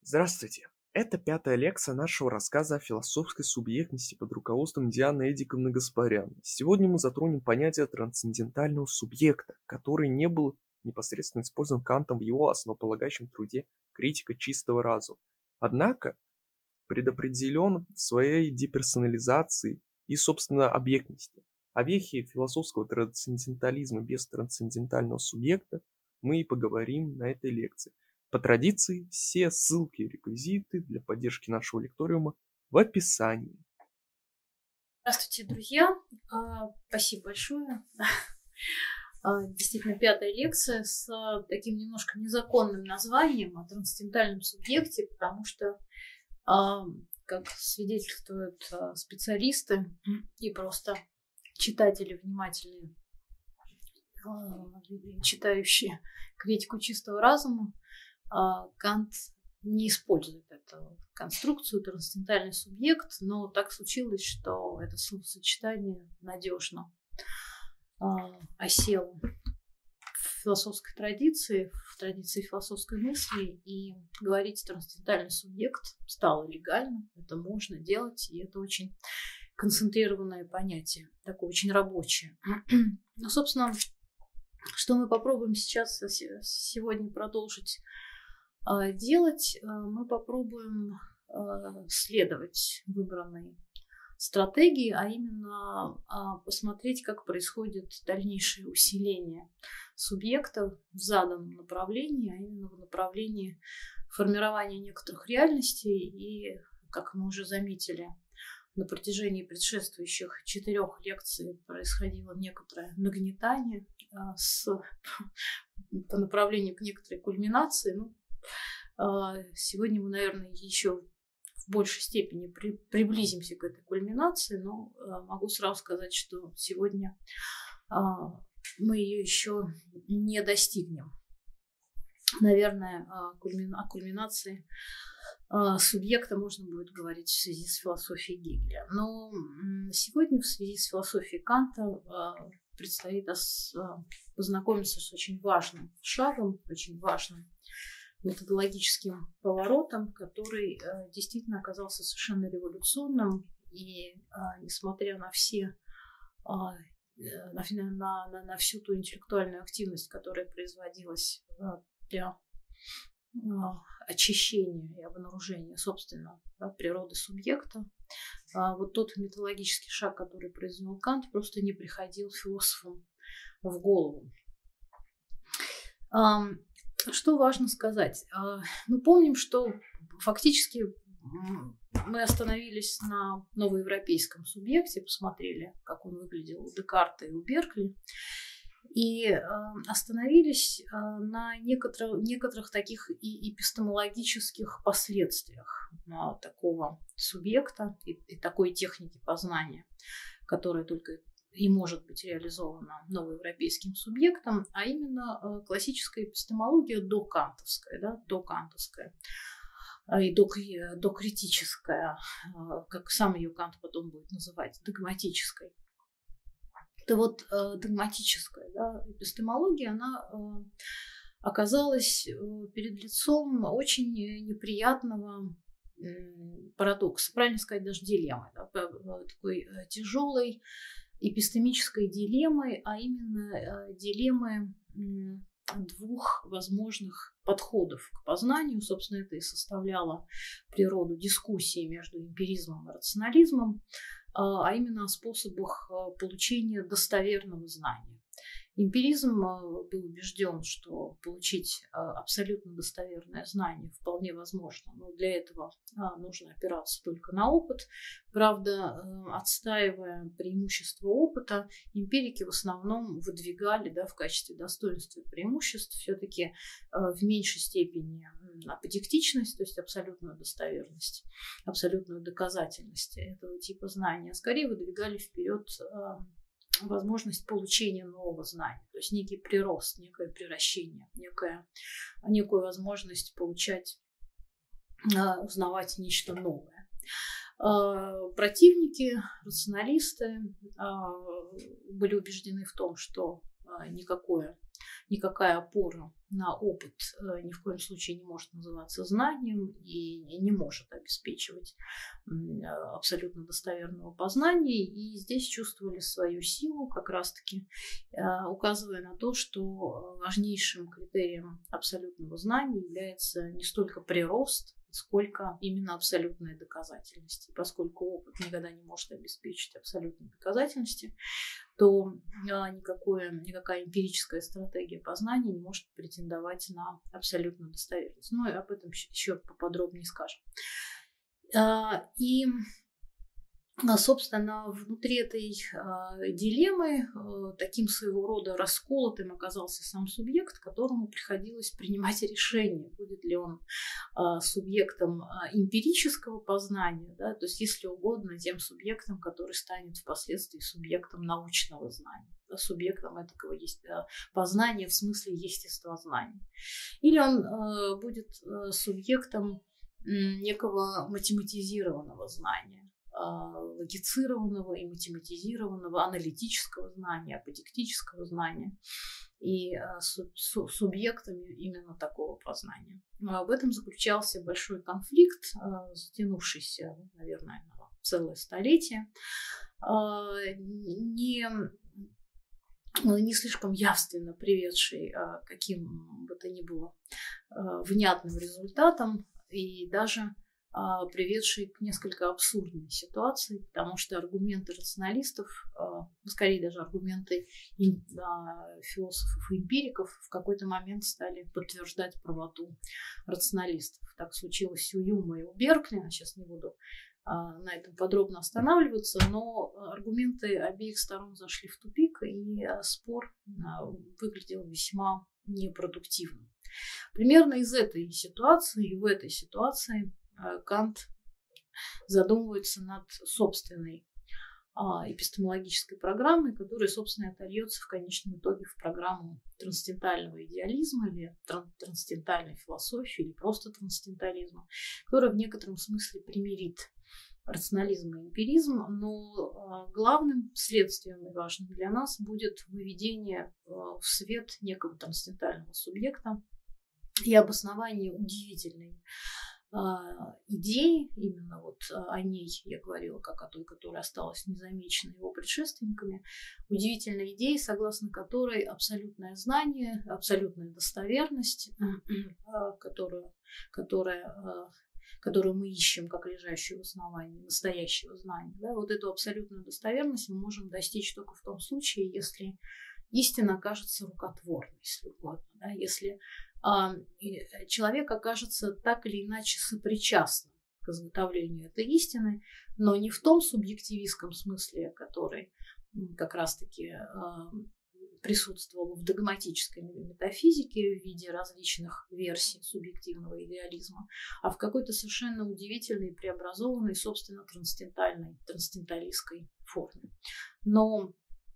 Здравствуйте! Это пятая лекция нашего рассказа о философской субъектности под руководством Дианы Эдиковны Гаспарян. Сегодня мы затронем понятие трансцендентального субъекта, который не был непосредственно использован Кантом в его основополагающем труде «Критика чистого разума». Однако предопределен в своей деперсонализации и, собственно, объектности. О вехе философского трансцендентализма без трансцендентального субъекта мы и поговорим на этой лекции. По традиции, все ссылки и реквизиты для поддержки нашего лекториума в описании. Здравствуйте, друзья! Спасибо большое. Действительно, пятая лекция с таким немножко незаконным названием о трансцендентальном субъекте, потому что, как свидетельствуют специалисты и просто читатели внимательные, читающие критику чистого разума, Кант не использует эту конструкцию трансцендентальный субъект, но так случилось, что это словосочетание надежно осело в философской традиции, в традиции философской мысли, и говорить трансцендентальный субъект стало легально, это можно делать, и это очень концентрированное понятие, такое очень рабочее. Ну, собственно, что мы попробуем сегодня продолжить делать, мы попробуем следовать выбранной стратегии, а именно посмотреть, как происходит дальнейшее усиление субъекта в заданном направлении, а именно в направлении формирования некоторых реальностей. И, как мы уже заметили, на протяжении предшествующих 4 лекций происходило некоторое нагнетание по направлению к некоторой кульминации. Сегодня мы, наверное, еще в большей степени приблизимся к этой кульминации, но могу сразу сказать, что сегодня мы ее еще не достигнем. Наверное, о кульминации субъекта можно будет говорить в связи с философией Гегеля. Но сегодня в связи с философией Канта предстоит познакомиться с очень важным шагом, очень важным методологическим поворотом, который действительно оказался совершенно революционным. И несмотря на на всю ту интеллектуальную активность, которая производилась для очищения и обнаружения, собственно, природы субъекта, вот тот методологический шаг, который произвел Кант, просто не приходил философам в голову. Что важно сказать? Мы помним, что фактически мы остановились на новоевропейском субъекте, посмотрели, как он выглядел у Декарта и у Беркли, и остановились на некоторых таких и эпистемологических последствиях такого субъекта и такой техники познания, которая только и может быть реализована новоевропейским субъектом, а именно классическая эпистемология докантовская, и докритическая, как сам ее Кант потом будет называть, догматической. Это вот догматическая эпистемология, она оказалась перед лицом очень неприятного парадокса, правильно сказать, даже дилеммы, такой тяжелой эпистемической дилеммой, а именно дилеммы двух возможных подходов к познанию. Собственно, это и составляло природу дискуссии между эмпиризмом и рационализмом, а именно о способах получения достоверного знания. Эмпиризм был убежден, что получить абсолютно достоверное знание вполне возможно, но для этого нужно опираться только на опыт. Правда, отстаивая преимущество опыта, эмпирики в основном выдвигали в качестве достоинства и преимуществ все-таки в меньшей степени аподектичность, то есть абсолютную достоверность, абсолютную доказательность этого типа знания, а скорее выдвигали вперед возможность получения нового знания, то есть некий прирост, некое превращение, некую возможность узнавать нечто новое. Противники, рационалисты были убеждены в том, что никакая опора на опыт ни в коем случае не может называться знанием и не может обеспечивать абсолютно достоверного познания. И здесь чувствовали свою силу, как раз-таки указывая на то, что важнейшим критерием абсолютного знания является не столько прирост, сколько именно абсолютная доказательность. И поскольку опыт никогда не может обеспечить абсолютной доказательности, то никакая эмпирическая стратегия познания не может претендовать на абсолютную достоверность. Ну и об этом еще поподробнее скажем. И, собственно, внутри этой дилеммы таким своего рода расколотым оказался сам субъект, которому приходилось принимать решение, будет ли он субъектом эмпирического познания, да, то есть, если угодно, тем субъектом, который станет впоследствии субъектом научного знания, да, субъектом этого познания в смысле естествознания. Или он будет субъектом некого математизированного знания, логицированного и математизированного аналитического знания, аподектического знания и субъектами именно такого познания. В этом заключался большой конфликт, затянувшийся, наверное, на целое столетие, не слишком явственно приведший к каким бы то ни было внятным результатам и даже приведший к несколько абсурдной ситуации, потому что аргументы рационалистов, скорее даже аргументы философов и эмпириков в какой-то момент стали подтверждать правоту рационалистов. Так случилось у Юма и у Беркли, я сейчас не буду на этом подробно останавливаться, но аргументы обеих сторон зашли в тупик, и спор выглядел весьма непродуктивным. Примерно из этой ситуации и в этой ситуации Кант задумывается над собственной эпистемологической программой, которая, собственно, отольется в конечном итоге в программу трансцендентального идеализма или трансцендентальной философии, или просто трансцендентализма, которая в некотором смысле примирит рационализм и эмпиризм, но главным следствием и важным для нас будет выведение в свет некого трансцендентального субъекта и обоснование удивительной идеи, именно вот о ней я говорила, как о той, которая осталась незамеченной его предшественниками, удивительной идеи, согласно которой абсолютное знание, абсолютная достоверность, которую мы ищем как лежащую в основании настоящего знания, да, вот эту абсолютную достоверность мы можем достичь только в том случае, если истина окажется рукотворной, если угодно, да, если человек окажется так или иначе сопричастным к изготовлению этой истины, но не в том субъективистском смысле, который как раз-таки присутствовал в догматической метафизике в виде различных версий субъективного идеализма, а в какой-то совершенно удивительной, преобразованной, собственно, трансценденталистской форме. Но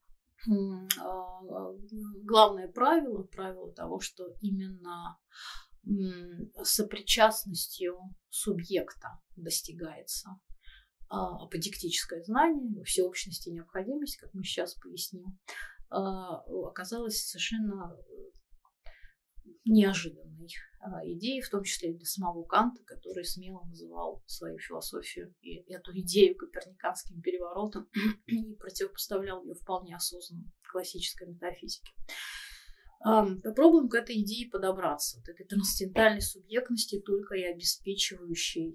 главное правило того, что именно сопричастностью субъекта достигается аподектическое знание, во всеобщности необходимость, как мы сейчас поясним, оказалась совершенно неожиданной идеей, в том числе и для самого Канта, который смело называл свою философию и эту идею коперниканским переворотом и противопоставлял ее вполне осознанно классической метафизике. Попробуем к этой идее подобраться, вот этой трансцендентальной субъектности, только и обеспечивающей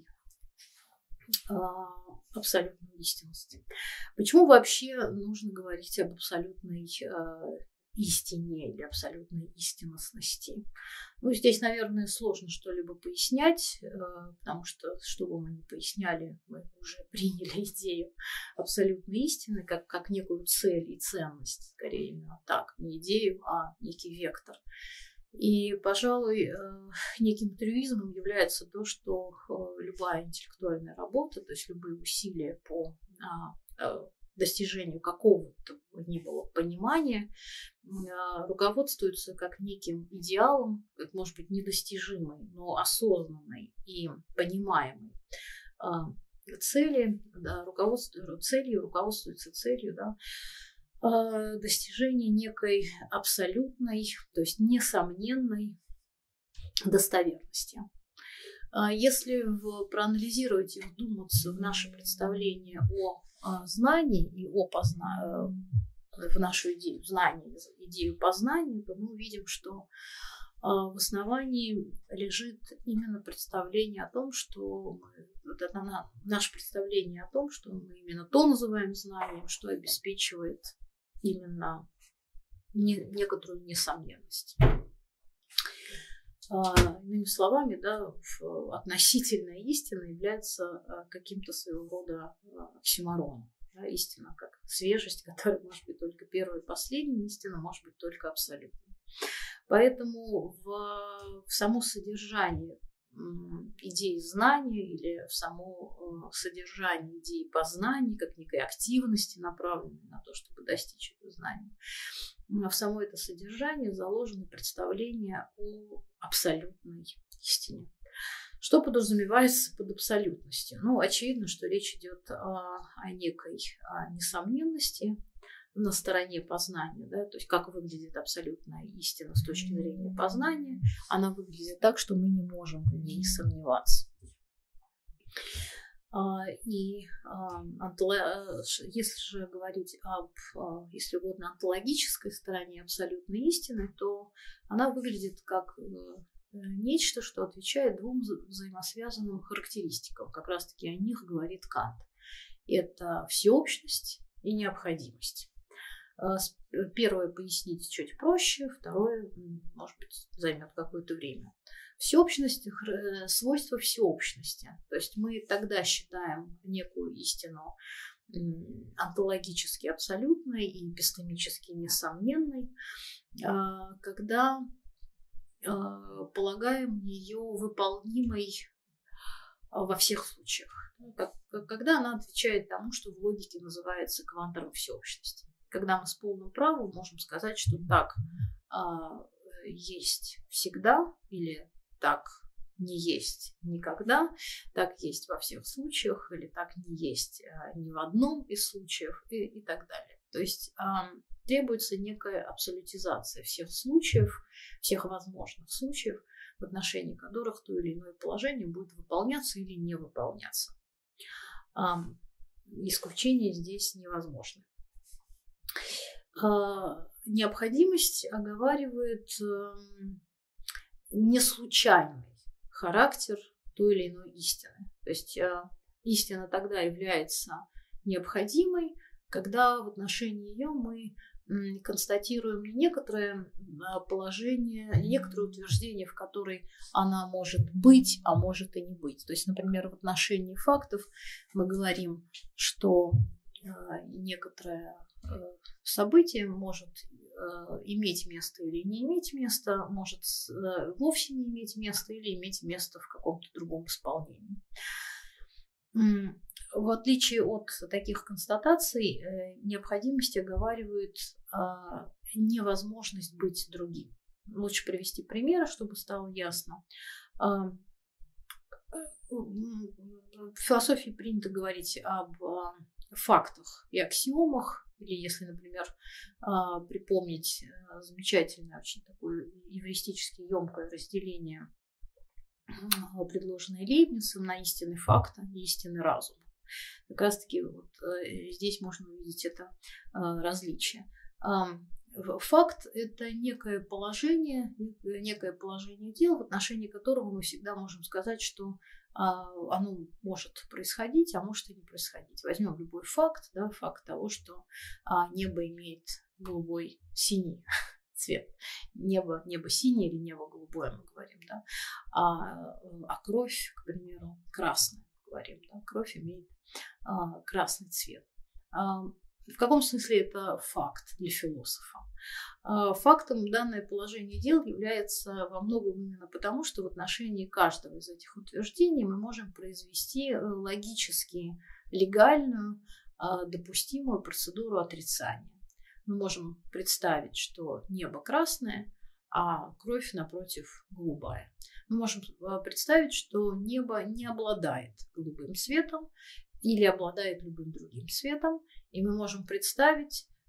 абсолютную истинность. Почему вообще нужно говорить об абсолютной истине или абсолютной истинностности? Ну, здесь, наверное, сложно что-либо пояснять, потому что, что бы мы ни поясняли, мы уже приняли идею абсолютной истины как некую цель и ценность, скорее именно так, не идею, а некий вектор. И, пожалуй, неким трюизмом является то, что любая интеллектуальная работа, то есть любые усилия по достижению какого-то ни было понимания руководствуются как неким идеалом, как, может быть, недостижимой, но осознанной и понимаемой цели, да, руководствуется целью, да, достижение некой абсолютной, то есть несомненной достоверности. Если проанализировать и вдуматься в наше представление о знании и в нашу идею знания, идею познания, то мы увидим, что в основании лежит именно представление о том, что наше представление о том, что мы именно то называем знанием, что обеспечивает именно некоторую несомненность. Иными словами, да, относительная истина является каким-то своего рода оксимороном. Да, истина как свежесть, которая может быть только первой и последней, истина может быть только абсолютной. Поэтому в само содержание идеи знания или в само содержание идеи познания, как некой активности, направленной на то, чтобы достичь этого знания, в само это содержание заложено представление о абсолютной истине. Что подразумевается под абсолютностью? Ну, очевидно, что речь идет о некой несомненности на стороне познания, да, то есть как выглядит абсолютная истина с точки зрения познания, она выглядит так, что мы не можем в ней сомневаться. И если же говорить об, если угодно, онтологической стороне абсолютной истины, то она выглядит как нечто, что отвечает двум взаимосвязанным характеристикам. Как раз-таки о них говорит Кант. Это всеобщность и необходимость. Первое пояснить чуть проще, второе, может быть, займет какое-то время. Всеобщность – свойство всеобщности. То есть мы тогда считаем некую истину онтологически абсолютной и эпистемически несомненной, когда полагаем ее выполнимой во всех случаях. Когда она отвечает тому, что в логике называется квантором всеобщности. Когда мы с полным правом можем сказать, что так есть всегда или так не есть никогда, так есть во всех случаях или так не есть ни в одном из случаев и так далее. То есть требуется некая абсолютизация всех случаев, всех возможных случаев, в отношении которых то или иное положение будет выполняться или не выполняться. Исключения здесь невозможны. Необходимость оговаривает неслучайный характер той или иной истины. То есть истина тогда является необходимой, когда в отношении ее мы констатируем не некоторое положение, не некоторое утверждение, в которой она может быть, а может и не быть. То есть, например, в отношении фактов мы говорим, что некоторое событие может иметь место или не иметь места, может вовсе не иметь места или иметь место в каком-то другом исполнении. В отличие от таких констатаций, необходимость оговаривает невозможность быть другим. Лучше привести примеры, чтобы стало ясно. В философии принято говорить об фактах и аксиомах, или если, например, припомнить замечательное, очень такое евристически емкое разделение, предложенное Лейбницем на истинный факт и истинный разум. Как раз-таки вот здесь можно увидеть это различие. Факт – это некое положение дел, в отношении которого мы всегда можем сказать, что оно может происходить, а может и не происходить. Возьмем любой факт, да, факт того, что небо имеет голубой синий цвет. Небо синее или небо голубое, мы говорим, да, а кровь, к примеру, красная, говорим, да, кровь имеет красный цвет. В каком смысле это факт для философа? Фактом данное положение дел является во многом именно потому, что в отношении каждого из этих утверждений мы можем произвести логически легальную, допустимую процедуру отрицания. Мы можем представить, что небо красное, а кровь, напротив, голубая. Мы можем представить, что небо не обладает голубым цветом или обладает любым другим цветом, и мы можем представить,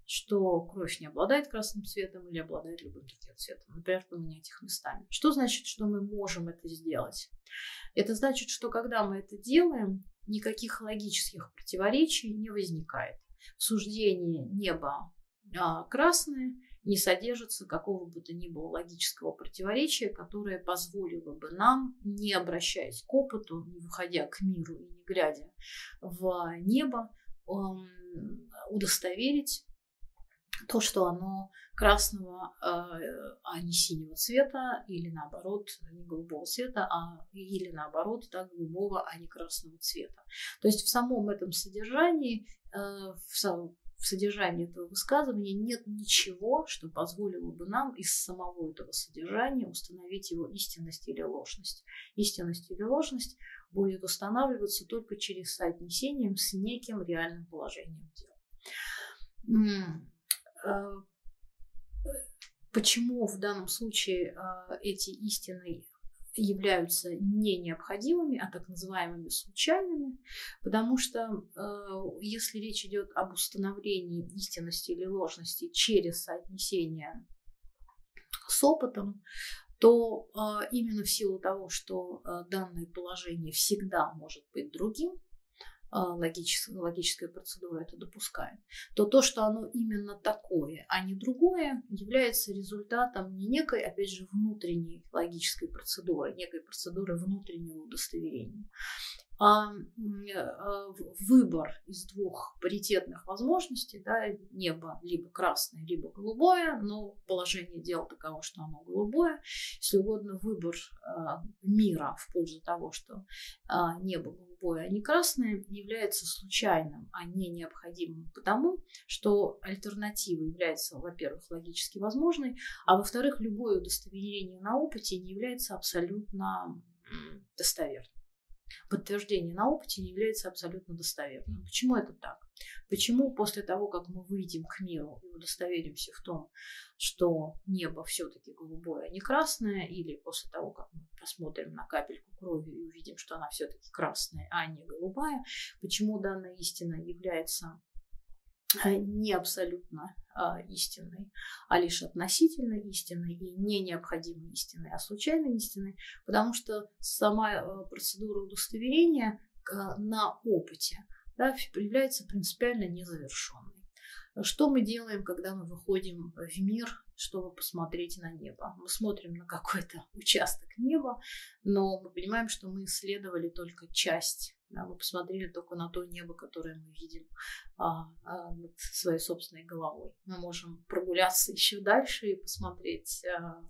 что кровь не обладает красным цветом или обладает любым другим цветом. Например, поменять их местами. Что значит, что мы можем это сделать? Это значит, что когда мы это делаем, никаких логических противоречий не возникает. В суждении небо красное не содержится какого бы то ни было логического противоречия, которое позволило бы нам, не обращаясь к опыту, не выходя к миру и не глядя в небо, удостоверить то, что оно красного, а не синего цвета, или наоборот, не голубого цвета, или наоборот, да, голубого, а не красного цвета. То есть в самом этом содержании, в содержании этого высказывания нет ничего, что позволило бы нам из самого этого содержания установить его истинность или ложность. Истинность или ложность будет устанавливаться только через соотнесением с неким реальным положением дел. Почему в данном случае эти истины являются не необходимыми, а так называемыми случайными? Потому что если речь идет об установлении истинности или ложности через соотнесение с опытом, то именно в силу того, что данное положение всегда может быть другим, логическая процедура это допускает, то, что оно именно такое, а не другое, является результатом не некой, опять же, внутренней логической процедуры, некой процедуры внутреннего удостоверения, а выбор из двух паритетных возможностей, да, небо либо красное, либо голубое, но положение дел таково, что оно голубое, если угодно, выбор мира в пользу того, что небо голубое, а не красное, является случайным, а не необходимым, потому что альтернатива является, во-первых, логически возможной, а во-вторых, любое удостоверение на опыте не является абсолютно достоверным. Подтверждение на опыте не является абсолютно достоверным. Почему это так? Почему после того, как мы выйдем к миру и удостоверимся в том, что небо все-таки голубое, а не красное, или после того, как мы посмотрим на капельку крови и увидим, что она все-таки красная, а не голубая, почему данная истина является не абсолютно истинной, а лишь относительно истинной и не необходимой истинной, а случайной истинной, потому что сама процедура удостоверения на опыте, да, является принципиально незавершенной. Что мы делаем, когда мы выходим в мир, чтобы посмотреть на небо? Мы смотрим на какой-то участок неба, но мы понимаем, что мы исследовали только часть. Да, мы посмотрели только на то небо, которое мы видим над своей собственной головой. Мы можем прогуляться еще дальше и посмотреть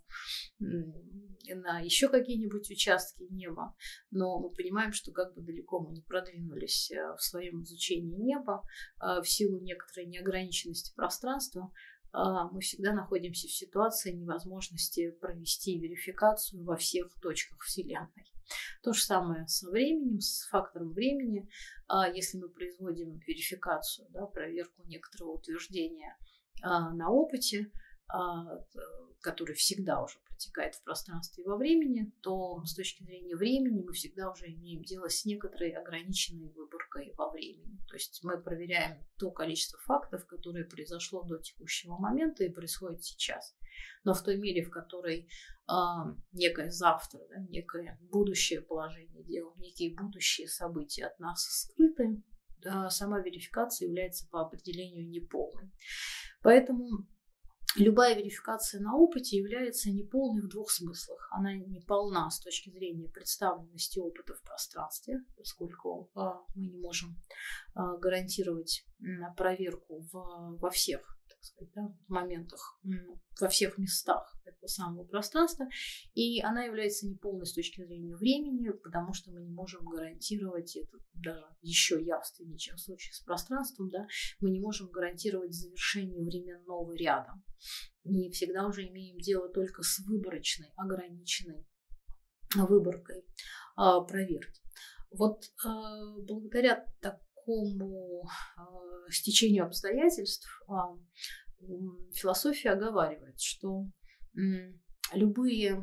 на еще какие-нибудь участки неба, но мы понимаем, что как бы далеко мы не продвинулись в своем изучении неба, в силу некоторой неограниченности пространства, мы всегда находимся в ситуации невозможности провести верификацию во всех точках Вселенной. То же самое со временем, с фактором времени. Если мы производим верификацию, да, проверку некоторого утверждения на опыте, который всегда уже протекает в пространстве и во времени, то с точки зрения времени мы всегда уже имеем дело с некоторой ограниченной выборкой во времени. То есть мы проверяем то количество фактов, которое произошло до текущего момента и происходит сейчас. Но в той мере, в которой некое завтра, да, некое будущее положение дел, некие будущие события от нас скрыты, сама верификация является по определению неполной. Поэтому любая верификация на опыте является неполной в двух смыслах. Она не полна с точки зрения представленности опыта в пространстве, поскольку мы не можем гарантировать проверку во всех, так сказать, да, моментах, во всех местах этого самого пространства. И она является неполной с точки зрения времени, потому что мы не можем гарантировать это даже еще явственнее, чем в случае с пространством. Да, мы не можем гарантировать завершение временного ряда. И всегда уже имеем дело только с выборочной, ограниченной выборкой проверки. Вот благодаря такому стечению обстоятельств философия оговаривает, что любые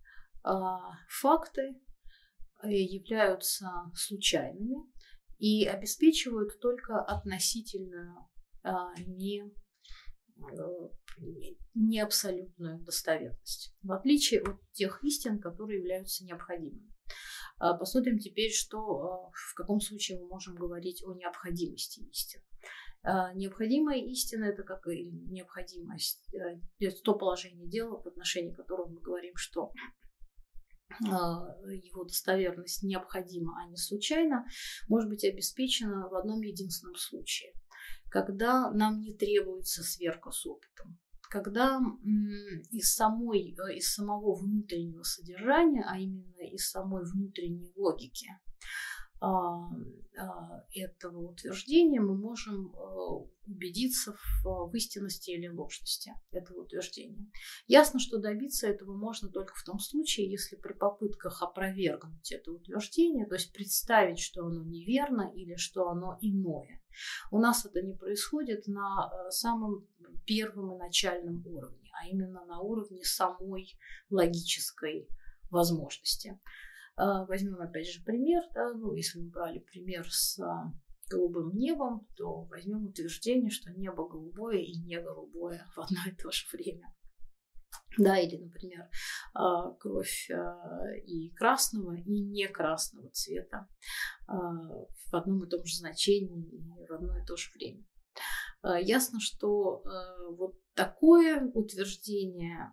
факты являются случайными и обеспечивают только относительную не абсолютную достоверность, в отличие от тех истин, которые являются необходимыми. Посмотрим теперь, в каком случае мы можем говорить о необходимости истин. Необходимая истина – это как и необходимость, это то положение дела, в отношении которого мы говорим, что его достоверность необходима, а не случайна, может быть обеспечена в одном единственном случае, когда нам не требуется сверка с опытом, когда из самого внутреннего содержания, а именно из самой внутренней логики этого утверждения мы можем убедиться в истинности или ложности этого утверждения. Ясно, что добиться этого можно только в том случае, если при попытках опровергнуть это утверждение, то есть представить, что оно неверно или что оно иное, у нас это не происходит на самом первом и начальном уровне, а именно на уровне самой логической возможности. Возьмем опять же пример, если мы брали пример с голубым небом, то возьмем утверждение, что небо голубое и не голубое в одно и то же время. Или, например, кровь и красного, и не красного цвета в одном и том же значении и в одно и то же время. Ясно, что вот такое утверждение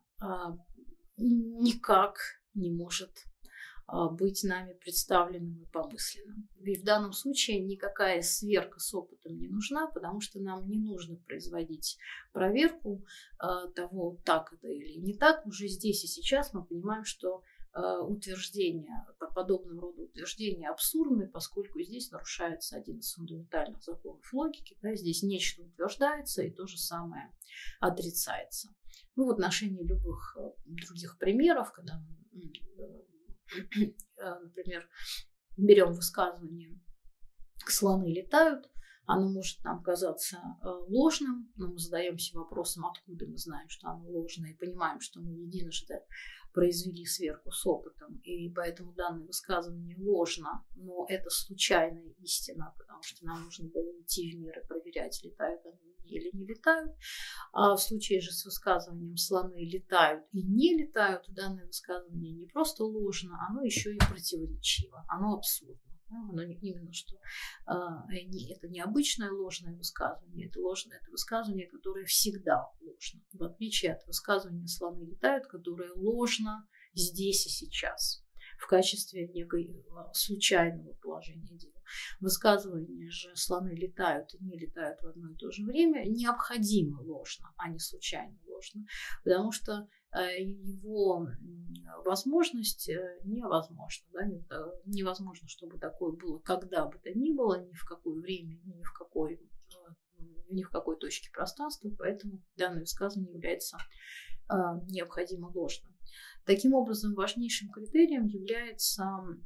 никак не может быть нами представленным и помысленным. И в данном случае никакая сверка с опытом не нужна, потому что нам не нужно производить проверку того, так это или не так. Уже здесь и сейчас мы понимаем, что утверждения, подобного рода утверждения абсурдны, поскольку здесь нарушается один из фундаментальных законов логики. Здесь нечто утверждается и то же самое отрицается. В отношении любых других примеров, когда мы, например, берем высказывание «слоны летают», оно может нам казаться ложным, но мы задаемся вопросом, откуда мы знаем, что оно ложное, и понимаем, что мы единожды произвели сверку с опытом, и поэтому данное высказывание ложно, но это случайная истина, потому что нам нужно было идти в мир и проверять, летают они или не летают. А в случае же с высказыванием «слоны летают и не летают», данное высказывание не просто ложно, оно еще и противоречиво, оно абсурдно. Оно именно что это необычное ложное высказывание, это высказывание, которое всегда ложно, в отличие от высказывания «слоны летают», которое ложно здесь и сейчас, в качестве некого случайного положения дела. Высказывание же «слоны летают и не летают в одно и то же время» необходимо ложно, а не случайно ложно, потому что его возможность невозможна. Невозможно, чтобы такое было когда бы то ни было, ни в какое время, ни в какой точке пространства, поэтому данное высказывание является необходимо ложным. Таким образом, важнейшим критерием является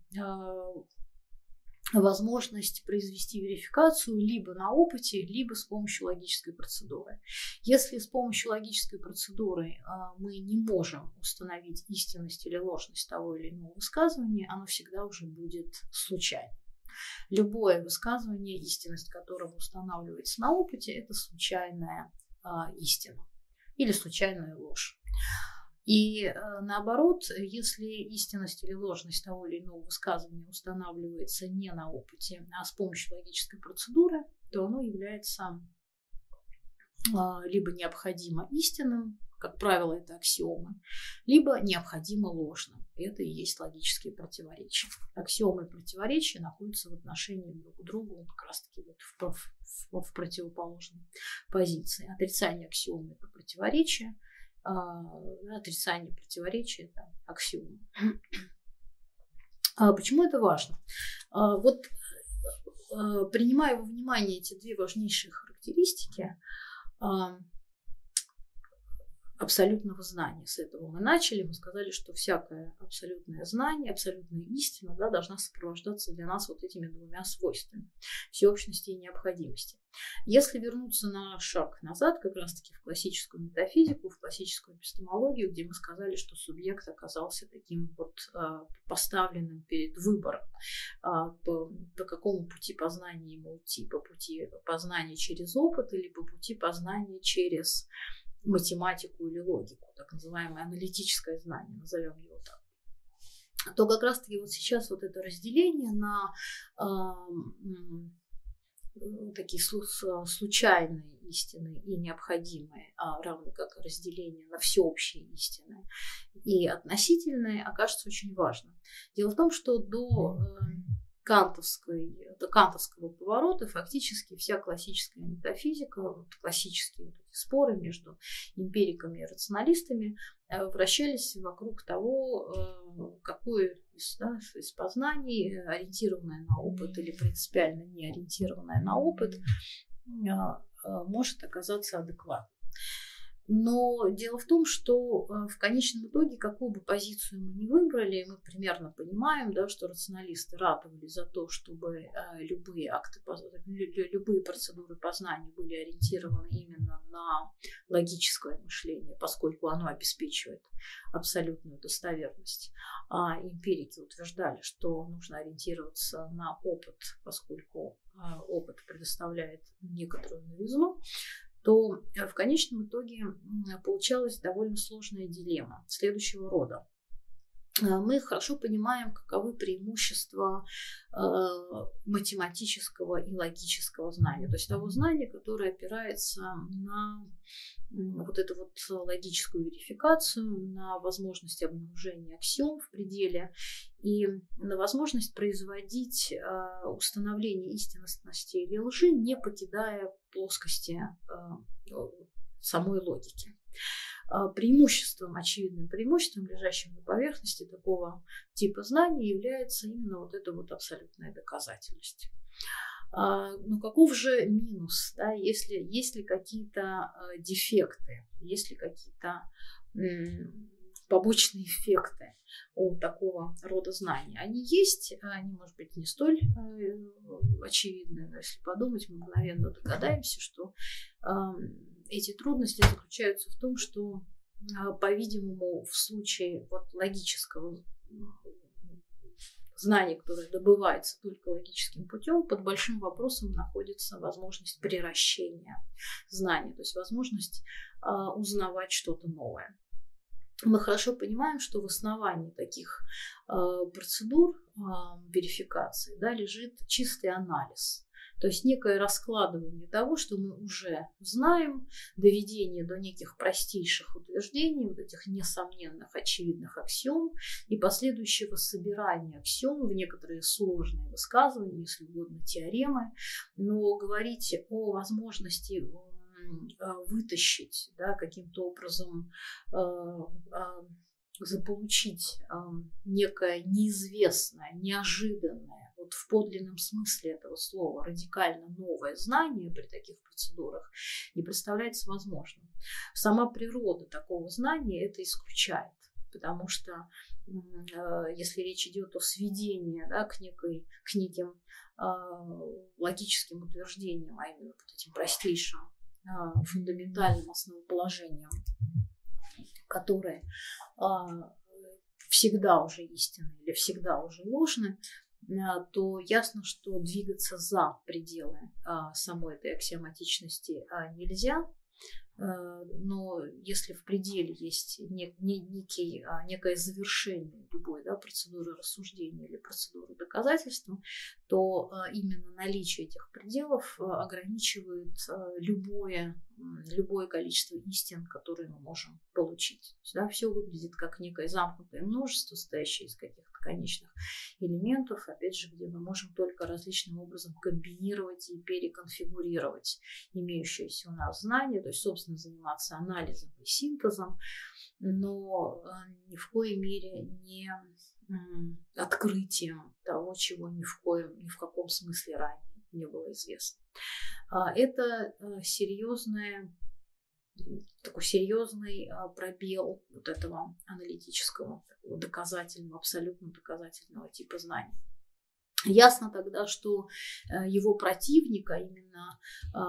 возможность произвести верификацию либо на опыте, либо с помощью логической процедуры. Если с помощью логической процедуры мы не можем установить истинность или ложность того или иного высказывания, оно всегда уже будет случайным. Любое высказывание, истинность которого устанавливается на опыте, это случайная истина или случайная ложь. И наоборот, если истинность или ложность того или иного высказывания устанавливается не на опыте, а с помощью логической процедуры, то оно является либо необходимо истинным, как правило, это аксиомы, либо необходимо ложным. Это и есть логические противоречия. Аксиомы и противоречия находятся в отношении друг к другу как раз-таки в противоположной позиции. Отрицание аксиомы – это противоречие, отрицание противоречия – это аксиома. Почему это важно? Принимая во внимание эти две важнейшие характеристики, абсолютного знания. С этого мы начали. Мы сказали, что всякое абсолютное знание, абсолютная истина, да, должна сопровождаться для нас вот этими двумя свойствами – всеобщности и необходимости. Если вернуться на шаг назад, как раз-таки в классическую метафизику, в классическую эпистемологию, где мы сказали, что субъект оказался таким вот поставленным перед выбором, по какому пути познания ему идти, по пути познания через опыт или по пути познания через математику или логику, так называемое аналитическое знание, назовем его так, то как раз-таки вот сейчас вот это разделение на такие случайные истины и необходимые, равно как и разделение на всеобщие истины и относительные, окажется очень важным. Дело в том, что до кантовского поворота фактически вся классическая метафизика, вот классические вот эти споры между эмпириками и рационалистами вращались вокруг того, какое из познаний, ориентированное на опыт или принципиально не ориентированное на опыт, может оказаться адекватным. Но дело в том, что в конечном итоге, какую бы позицию мы ни выбрали, мы примерно понимаем, да, что рационалисты ратовали за то, чтобы любые процедуры познания были ориентированы именно на логическое мышление, поскольку оно обеспечивает абсолютную достоверность. А эмпирики утверждали, что нужно ориентироваться на опыт, поскольку опыт предоставляет некоторую новизну, то в конечном итоге получалась довольно сложная дилемма следующего рода. Мы хорошо понимаем, каковы преимущества математического и логического знания, то есть того знания, которое опирается на вот эту вот логическую верификацию, на возможность обнаружения аксиом в пределе и на возможность производить установление истинности или лжи, не покидая плоскости самой логики. Очевидным преимуществом, лежащим на поверхности такого типа знаний, является именно вот эта вот абсолютная доказательность. Но каков же минус, да, есть ли какие-то дефекты, есть ли какие-то побочные эффекты у такого рода знаний? Они есть, они, может быть, не столь очевидны, но если подумать, мы мгновенно догадаемся, что эти трудности заключаются в том, что, по-видимому, в случае вот логического знания, которое добывается только логическим путем, под большим вопросом находится возможность приращения знания, то есть возможность узнавать что-то новое. Мы хорошо понимаем, что в основании таких процедур верификации, да, лежит чистый анализ. То есть некое раскладывание того, что мы уже знаем, доведение до неких простейших утверждений, вот этих несомненных, очевидных аксиом и последующего собирания аксиом в некоторые сложные высказывания, если угодно, теоремы. Но говорить о возможности вытащить, да, каким-то образом заполучить некое неизвестное, неожиданное, вот в подлинном смысле этого слова, радикально новое знание при таких процедурах не представляется возможным. Сама природа такого знания это исключает, потому что если речь идет о сведении, да, к неким логическим утверждениям, а именно вот этим простейшим фундаментальным основоположением, которые всегда уже истинны или всегда уже ложны, то ясно, что двигаться за пределы самой этой аксиоматичности нельзя. Но если в пределе есть некое завершение любой, да, процедуры рассуждения или процедуры доказательства, то именно наличие этих пределов ограничивает любое количество истин, которые мы можем получить. То есть, да, все выглядит как некое замкнутое множество, состоящее из каких-то конечных элементов, опять же, где мы можем только различным образом комбинировать и переконфигурировать имеющиеся у нас знания, то есть, собственно, заниматься анализом и синтезом, но ни в коей мере не открытием того, чего ни в каком смысле ранее не было известно. Это серьезная такой серьезный пробел вот этого аналитического, такого доказательного, абсолютно доказательного типа знаний. Ясно тогда, что его противника, именно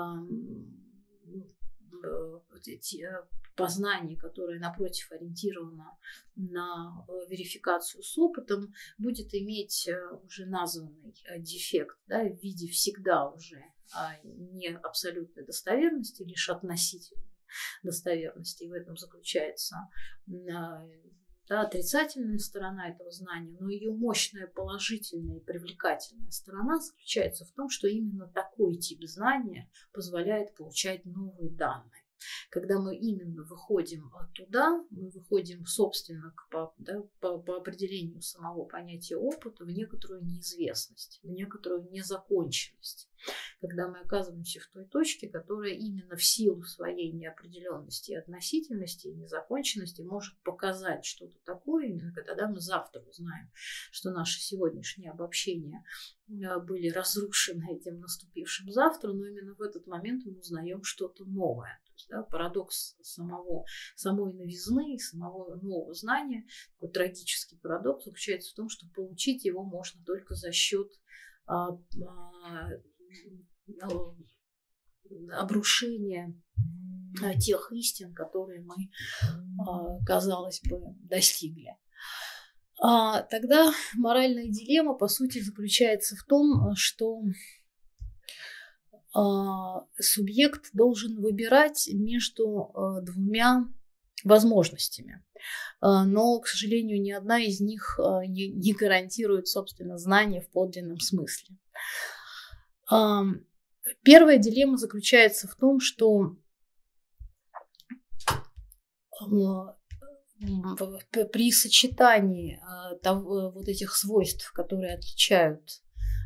познание, которое, напротив, ориентировано на верификацию с опытом, будет иметь уже названный дефект, да, в виде всегда уже не абсолютной достоверности, лишь относительной достоверности. И в этом заключается отрицательная сторона этого знания, но ее мощная положительная и привлекательная сторона заключается в том, что именно такой тип знания позволяет получать новые данные. Когда мы именно выходим туда, мы выходим, собственно, по определению самого понятия опыта в некоторую неизвестность, в некоторую незаконченность. Когда мы оказываемся в той точке, которая именно в силу своей неопределенности и относительности, и незаконченности может показать что-то такое, именно когда мы завтра узнаем, что наши сегодняшние обобщения были разрушены этим наступившим завтра, но именно в этот момент мы узнаем что-то новое. То есть, парадокс самой новизны, самого нового знания, такой трагический парадокс заключается в том, что получить его можно только за счет обрушения тех истин, которые мы, казалось бы, достигли. Тогда моральная дилемма, по сути, заключается в том, что субъект должен выбирать между двумя возможностями. Но, к сожалению, ни одна из них не гарантирует, собственно, знание в подлинном смысле. Первая дилемма заключается в том, что при сочетании вот этих свойств, которые отличают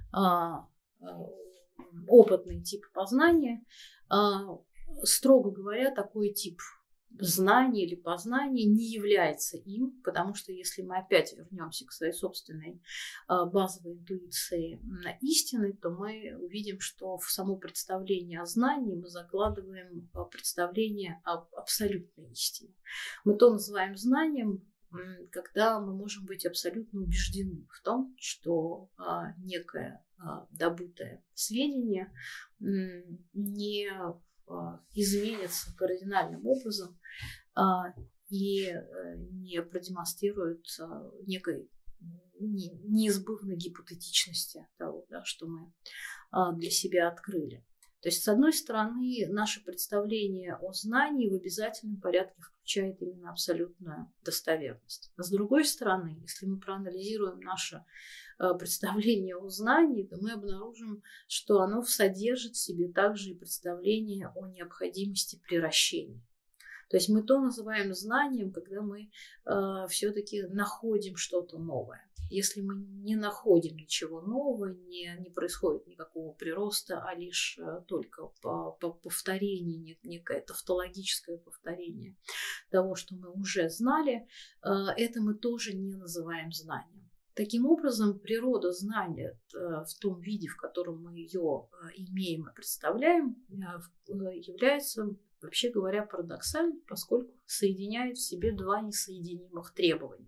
опытный тип познания, строго говоря, такой тип знания или познания не является им, потому что если мы опять вернемся к своей собственной базовой интуиции истины, то мы увидим, что в само представление о знании мы закладываем представление об абсолютной истине. Мы то называем знанием, когда мы можем быть абсолютно убеждены в том, что некое добытое сведение не изменится кардинальным образом и не продемонстрирует некой неизбывной гипотетичности того, что мы для себя открыли. То есть, с одной стороны, наше представление о знании в обязательном порядке включает именно абсолютную достоверность. А с другой стороны, если мы проанализируем наше представление о знании, то мы обнаружим, что оно содержит в себе также и представление о необходимости приращения. То есть мы то называем знанием, когда мы все-таки находим что-то новое. Если мы не находим ничего нового, не происходит никакого прироста, а лишь только повторение, некое тавтологическое повторение того, что мы уже знали, это мы тоже не называем знанием. Таким образом, природа знания в том виде, в котором мы ее имеем и представляем, является, вообще говоря, парадоксальной, поскольку соединяет в себе два несоединимых требования.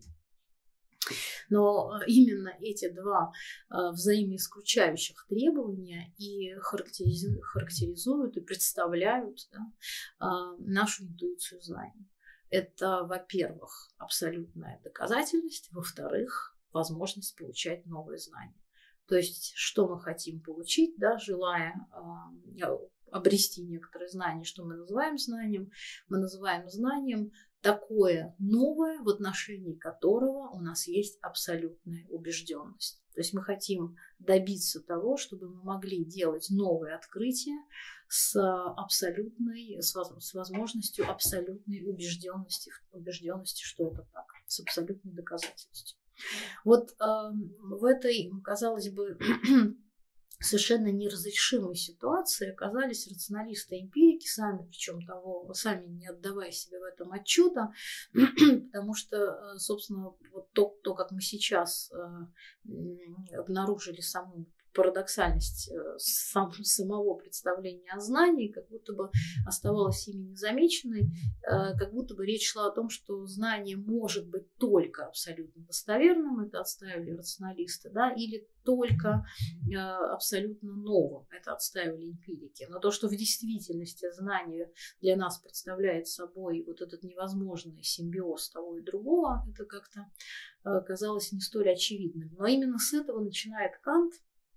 Но именно эти два взаимоисключающих требования и характеризуют и представляют нашу интуицию знания. Это, во-первых, абсолютная доказательность, во-вторых, возможность получать новые знания. То есть, что мы хотим получить, желая обрести некоторые знания, что мы называем знанием? Мы называем знанием такое новое, в отношении которого у нас есть абсолютная убежденность. То есть мы хотим добиться того, чтобы мы могли делать новые открытия с возможностью абсолютной убежденности, что это так, с абсолютной доказательностью. Вот в этой, казалось бы, совершенно неразрешимой ситуации оказались рационалисты-эмпирики сами, причем сами не отдавая себе в этом отчета, потому что, собственно, вот то, как мы сейчас обнаружили саму парадоксальность самого представления о знании как будто бы оставалась ими незамеченной, как будто бы речь шла о том, что знание может быть только абсолютно достоверным, это отстаивали рационалисты, да, или только абсолютно новым, это отстаивали эмпирики. Но то, что в действительности знание для нас представляет собой вот этот невозможный симбиоз того и другого, это как-то казалось не столь очевидным. Но именно с этого начинает Кант,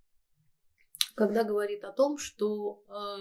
когда говорит о том, что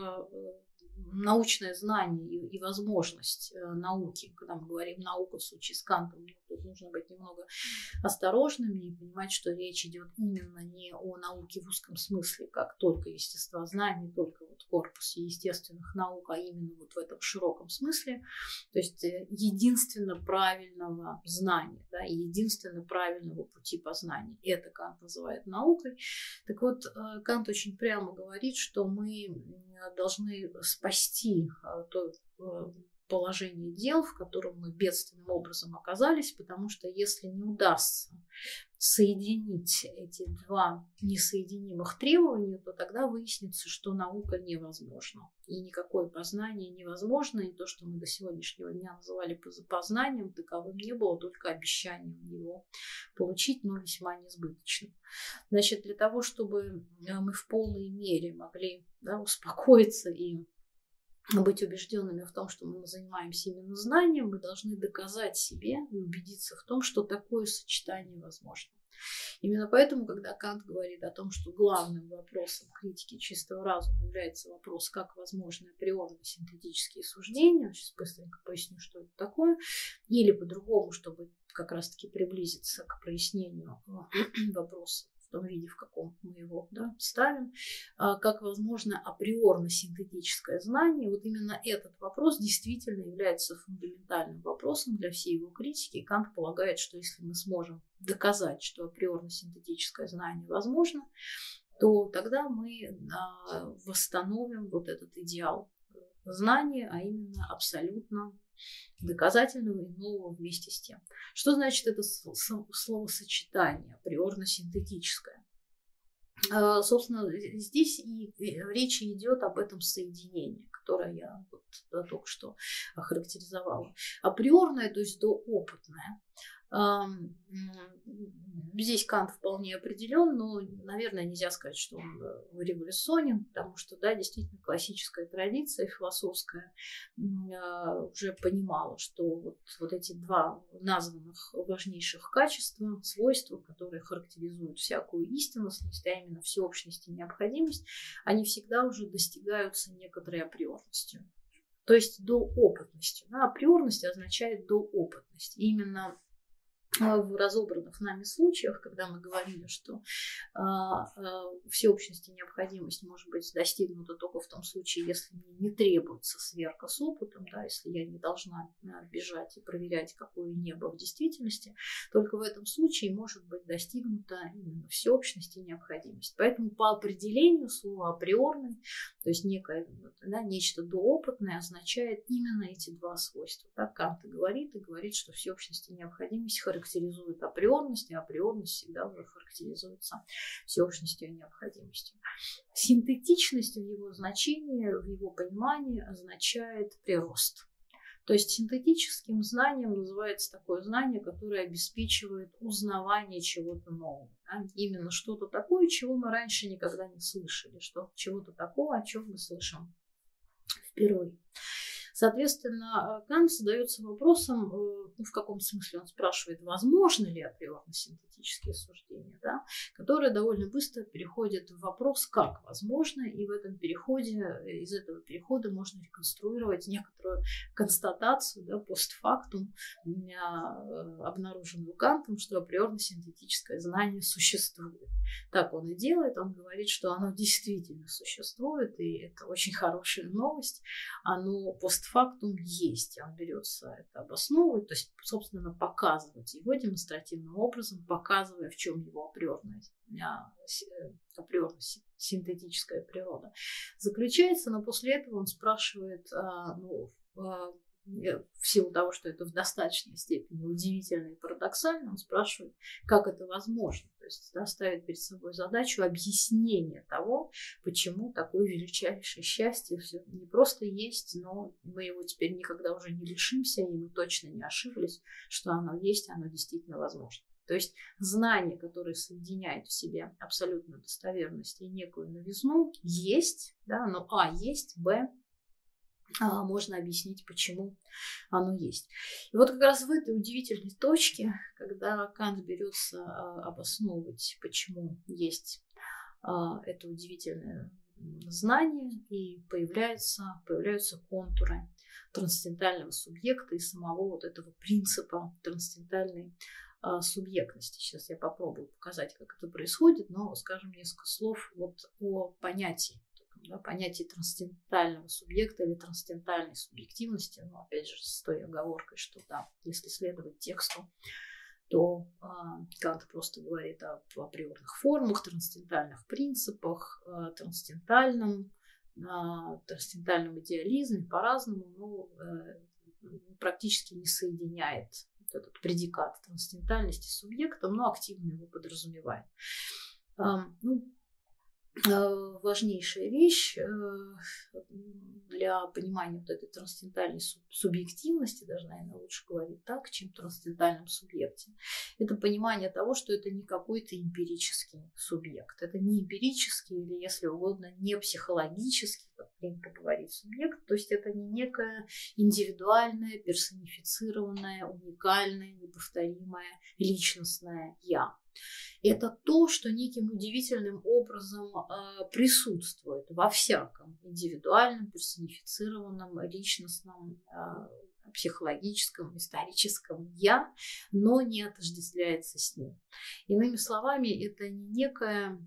научное знание и возможность науки, когда мы говорим наука в случае с Кантом, тут нужно быть немного осторожными и понимать, что речь идет именно не о науке в узком смысле, как только естествознание, только вот корпус естественных наук, а именно вот в этом широком смысле, то есть единственно правильного знания, да, и единственно правильного пути познания. Это Кант называет наукой. Так вот, Кант очень прямо говорит, что мы должны спасти то положение дел, в котором мы бедственным образом оказались, потому что если не удастся соединить эти два несоединимых требования, то тогда выяснится, что наука невозможна. И никакое познание невозможно, и то, что мы до сегодняшнего дня называли познанием, таковым не было, только обещанием его получить, но весьма несбыточным. Значит, для того, чтобы мы в полной мере могли, да, успокоиться и быть убежденными в том, что мы занимаемся именно знанием, мы должны доказать себе и убедиться в том, что такое сочетание возможно. Именно поэтому, когда Кант говорит о том, что главным вопросом критики чистого разума является вопрос, как возможны априорные синтетические суждения, сейчас быстренько поясню, что это такое, или по-другому, чтобы как раз-таки приблизиться к прояснению вопроса в том виде, в каком мы его, да, ставим, как возможно априорно-синтетическое знание. Вот именно этот вопрос действительно является фундаментальным вопросом для всей его критики. И Кант полагает, что если мы сможем доказать, что априорно-синтетическое знание возможно, то тогда мы восстановим вот этот идеал знания, а именно абсолютно доказательного и нового вместе с тем. Что значит это словосочетание априорно-синтетическое? Собственно, здесь и речь идет об этом соединении, которое я вот только что охарактеризовала. Априорное, то есть доопытное. Здесь Кант вполне определен, но, наверное, нельзя сказать, что он революционен, потому что, да, действительно, классическая традиция философская уже понимала, что вот эти два названных важнейших качества, свойства, которые характеризуют всякую истинность, а именно всеобщность и необходимость, они всегда уже достигаются некоторой априорностью. То есть доопытностью. Да? Априорность означает доопытность. И именно в разобранных нами случаях, когда мы говорили, что всеобщность и необходимость может быть достигнута только в том случае, если мне не требуется сверка с опытом, да, если я не должна бежать и проверять, какое небо в действительности, только в этом случае может быть достигнута именно всеобщность и необходимость. Поэтому по определению слова априорный, то есть некое, да, нечто доопытное, означает именно эти два свойства. Так Кант и говорит, что всеобщность и необходимость характеризует априорность, а априорность всегда уже характеризуется всеобщностью и необходимостью. Синтетичность в его значении, в его понимании означает прирост. То есть синтетическим знанием называется такое знание, которое обеспечивает узнавание чего-то нового. Да? Именно что-то такое, чего мы раньше никогда не слышали, чего-то такого, о чем мы слышим впервые. Соответственно, Кант задается вопросом, в каком смысле он спрашивает, возможно ли априорно-синтетические суждения, да, которые довольно быстро переходят в вопрос, как возможно, и в этом переходе, из этого перехода можно реконструировать некоторую констатацию, да, постфактум, обнаруженную Кантом, что априорно-синтетическое знание существует. Так он и делает, он говорит, что оно действительно существует, и это очень хорошая новость, оно постфактум есть, он берется это обосновывать, то есть, собственно, показывать его демонстративным образом, показывая, в чем его априорно-синтетическая природа заключается, но после этого он спрашивает, в силу того, что это в достаточной степени удивительно и парадоксально, он спрашивает, как это возможно. То есть ставит перед собой задачу объяснения того, почему такое величайшее счастье все не просто есть, но мы его теперь никогда уже не лишимся, и мы точно не ошиблись, что оно есть, оно действительно возможно. То есть знание, которое соединяет в себе абсолютную достоверность и некую новизну, есть, да, но есть, можно объяснить, почему оно есть. И вот как раз в этой удивительной точке, когда Кант берется обосновывать, почему есть это удивительное знание, и появляются контуры трансцендентального субъекта и самого вот этого принципа трансцендентальной субъектности. Сейчас я попробую показать, как это происходит, но скажем несколько слов вот о понятии. Понятие трансцендентального субъекта или трансцендентальной субъективности, но опять же с той оговоркой, что да, если следовать тексту, то Кант просто говорит об априорных формах, трансцендентальных принципах, трансцендентальном идеализме по-разному, но практически не соединяет вот этот предикат трансцендентальности с субъектом, но активно его подразумевает. Важнейшая вещь для понимания вот этой трансцендентальной субъективности, даже, наверное, лучше говорить так, чем трансцендентальном субъекте, это понимание того, что это не какой-то эмпирический субъект. Это не эмпирический или, если угодно, не психологический, как принято говорить, субъект. То есть это не некое индивидуальное, персонифицированное, уникальное, неповторимое, личностное «я». Это то, что неким удивительным образом присутствует во всяком индивидуальном, персонифицированном, личностном, психологическом, историческом «я», но не отождествляется с ним. Иными словами, это не некое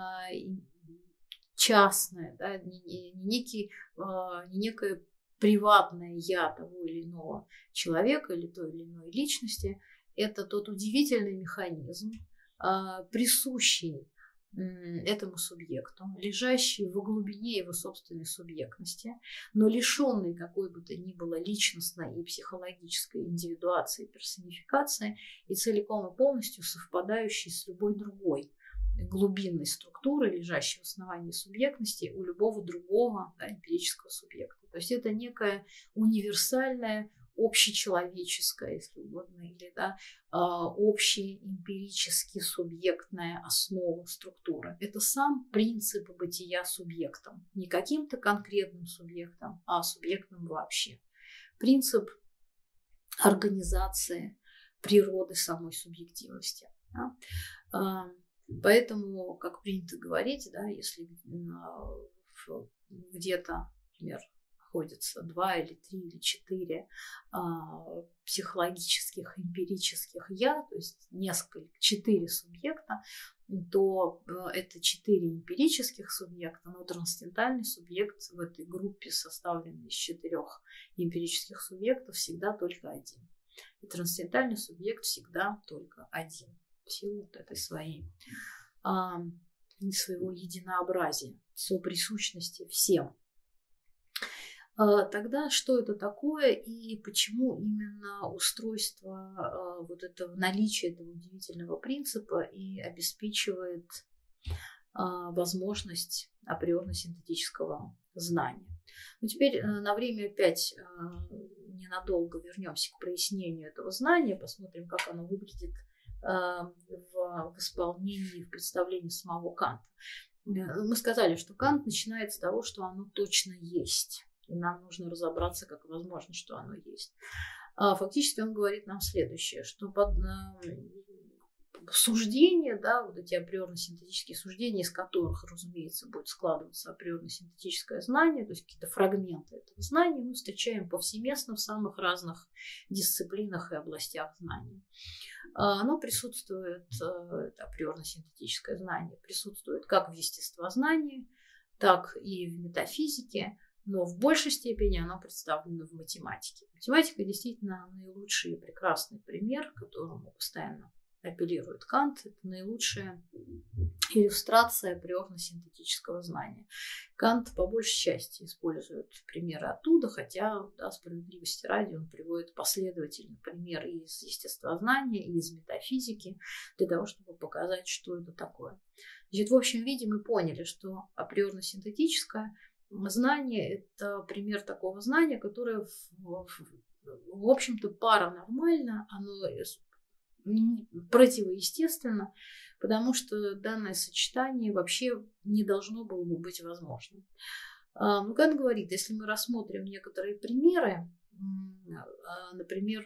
частное, да, не некое приватное «я» того или иного человека или той или иной личности. Это тот удивительный механизм, присущий этому субъекту, лежащий в глубине его собственной субъектности, но лишенный какой бы то ни было личностной и психологической индивидуации, персонификации и целиком и полностью совпадающий с любой другой глубинной структурой, лежащей в основании субъектности у любого другого эмпирического субъекта. То есть это некая универсальная, общечеловеческая, если угодно, или общеэмпирически субъектная основа структуры. Это сам принцип бытия субъектом. Не каким-то конкретным субъектом, а субъектом вообще. Принцип организации природы самой субъективности. Да? Поэтому, как принято говорить, да, если где-то, например, находится 2 или 3 или 4 психологических, эмпирических «я», то есть 4 субъекта, то это 4 эмпирических субъекта, но трансцендентальный субъект в этой группе, составленной из 4 эмпирических субъектов, всегда только один. И трансцендентальный субъект всегда только один в силу вот этой своего единообразия, соприсущности всем. Тогда что это такое и почему именно устройство наличие этого удивительного принципа и обеспечивает возможность априорно-синтетического знания? Но теперь на время опять ненадолго вернемся к прояснению этого знания, посмотрим, как оно выглядит в исполнении, в представлении самого Канта. Мы сказали, что Кант начинает с того, что оно точно есть. И нам нужно разобраться, как возможно, что оно есть. Фактически он говорит нам следующее, что суждения, да, вот эти априорно-синтетические суждения, из которых, разумеется, будет складываться априорно-синтетическое знание, то есть какие-то фрагменты этого знания, мы встречаем повсеместно в самых разных дисциплинах и областях знания. Оно присутствует, априорно-синтетическое знание присутствует как в естествознании, так и в метафизике, но в большей степени оно представлено в математике. Математика действительно наилучший и прекрасный пример, к которому постоянно апеллирует Кант. Это наилучшее иллюстрация априорно-синтетического знания. Кант по большей части использует примеры оттуда, хотя, да, справедливости ради, он приводит последовательно примеры из естествознания, и из метафизики, для того, чтобы показать, что это такое. Значит, в общем виде мы поняли, что априорно-синтетическое знание – это пример такого знания, которое, в общем-то, паранормально, оно противоестественно, потому что данное сочетание вообще не должно было бы быть возможным. Кант говорит, если мы рассмотрим некоторые примеры, например,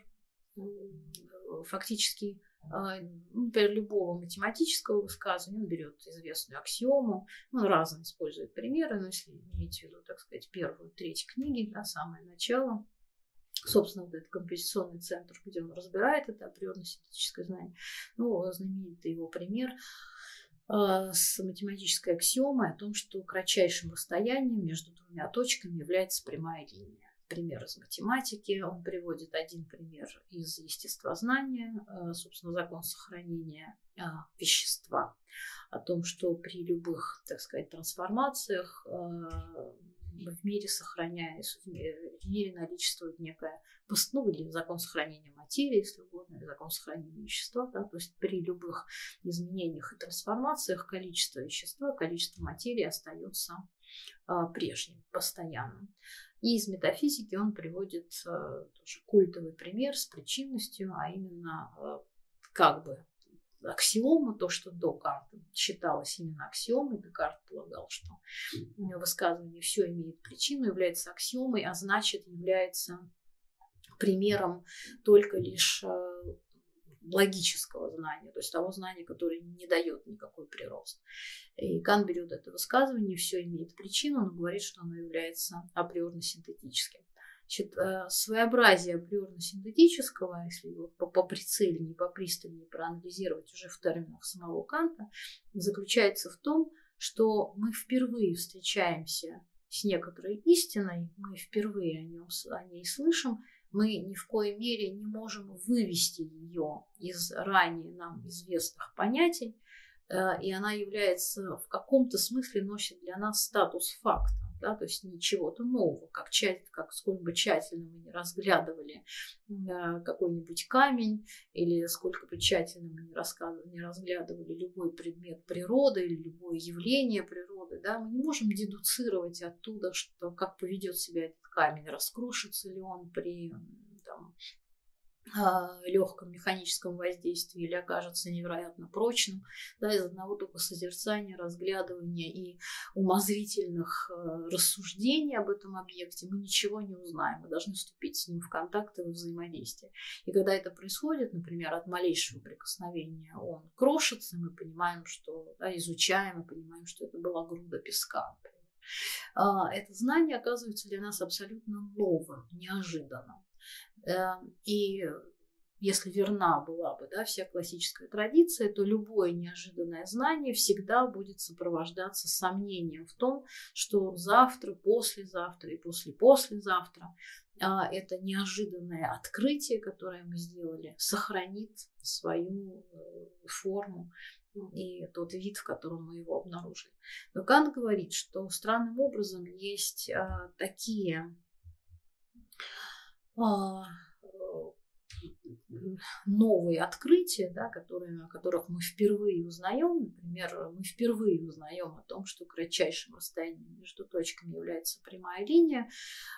фактически, например, любого математического высказывания, он берет известную аксиому, он разные использует примеры, но если иметь в виду, так сказать, первую треть книги, да, самое начало, собственно, вот этот композиционный центр, где он разбирает это априорно-синтетическое знание. Ну, знаменитый его пример с математической аксиомой о том, что кратчайшим расстоянием между двумя точками является прямая линия. Пример из математики, он приводит один пример из естествознания, собственно, закон сохранения вещества, о том, что при любых, так сказать, трансформациях в мире в мире наличествует некая, ну, или закон сохранения материи, если угодно, или закон сохранения вещества, да, то есть при любых изменениях и трансформациях количество вещества, количество материи остается прежним, постоянным. И из метафизики он приводит тоже культовый пример с причинностью, а именно как бы аксиома, то, что до Канта считалось именно аксиомой, Декарт полагал, что высказывание все имеет причину, является аксиомой, а значит является примером только лишь логического знания, то есть того знания, которое не дает никакой прирост. И Кант берет это высказывание, все имеет причину, но говорит, что оно является априорно-синтетическим. Значит, своеобразие априорно-синтетического, если его поприцельнее, попристальнее проанализировать уже в терминах самого Канта, заключается в том, что мы впервые встречаемся с некоторой истиной, мы впервые о ней слышим, мы ни в коей мере не можем вывести ее из ранее нам известных понятий, и она является, в каком-то смысле носит для нас статус факта. Да, то есть не чего-то нового, как сколь бы тщательно мы не разглядывали какой-нибудь камень, или сколько бы тщательно мы не разглядывали любой предмет природы или любое явление природы, да, мы не можем дедуцировать оттуда, что, как поведет себя этот камень, раскрошится ли он при легком механическом воздействии или окажется невероятно прочным, да, из одного только созерцания, разглядывания и умозрительных рассуждений об этом объекте мы ничего не узнаем. Мы должны вступить с ним в контакт и в взаимодействие. И когда это происходит, например, от малейшего прикосновения он крошится, мы понимаем, что, да, изучаем и понимаем, что это была груда песка, например. Это знание оказывается для нас абсолютно новым, неожиданным. И если верна была бы, да, вся классическая традиция, то любое неожиданное знание всегда будет сопровождаться сомнением в том, что завтра, послезавтра и послезавтра это неожиданное открытие, которое мы сделали, сохранит свою форму и тот вид, в котором мы его обнаружили. Но Кант говорит, что странным образом есть такие новые открытия, да, о которых мы впервые узнаем. Например, мы впервые узнаем о том, что кратчайшим расстоянием между точками является прямая линия,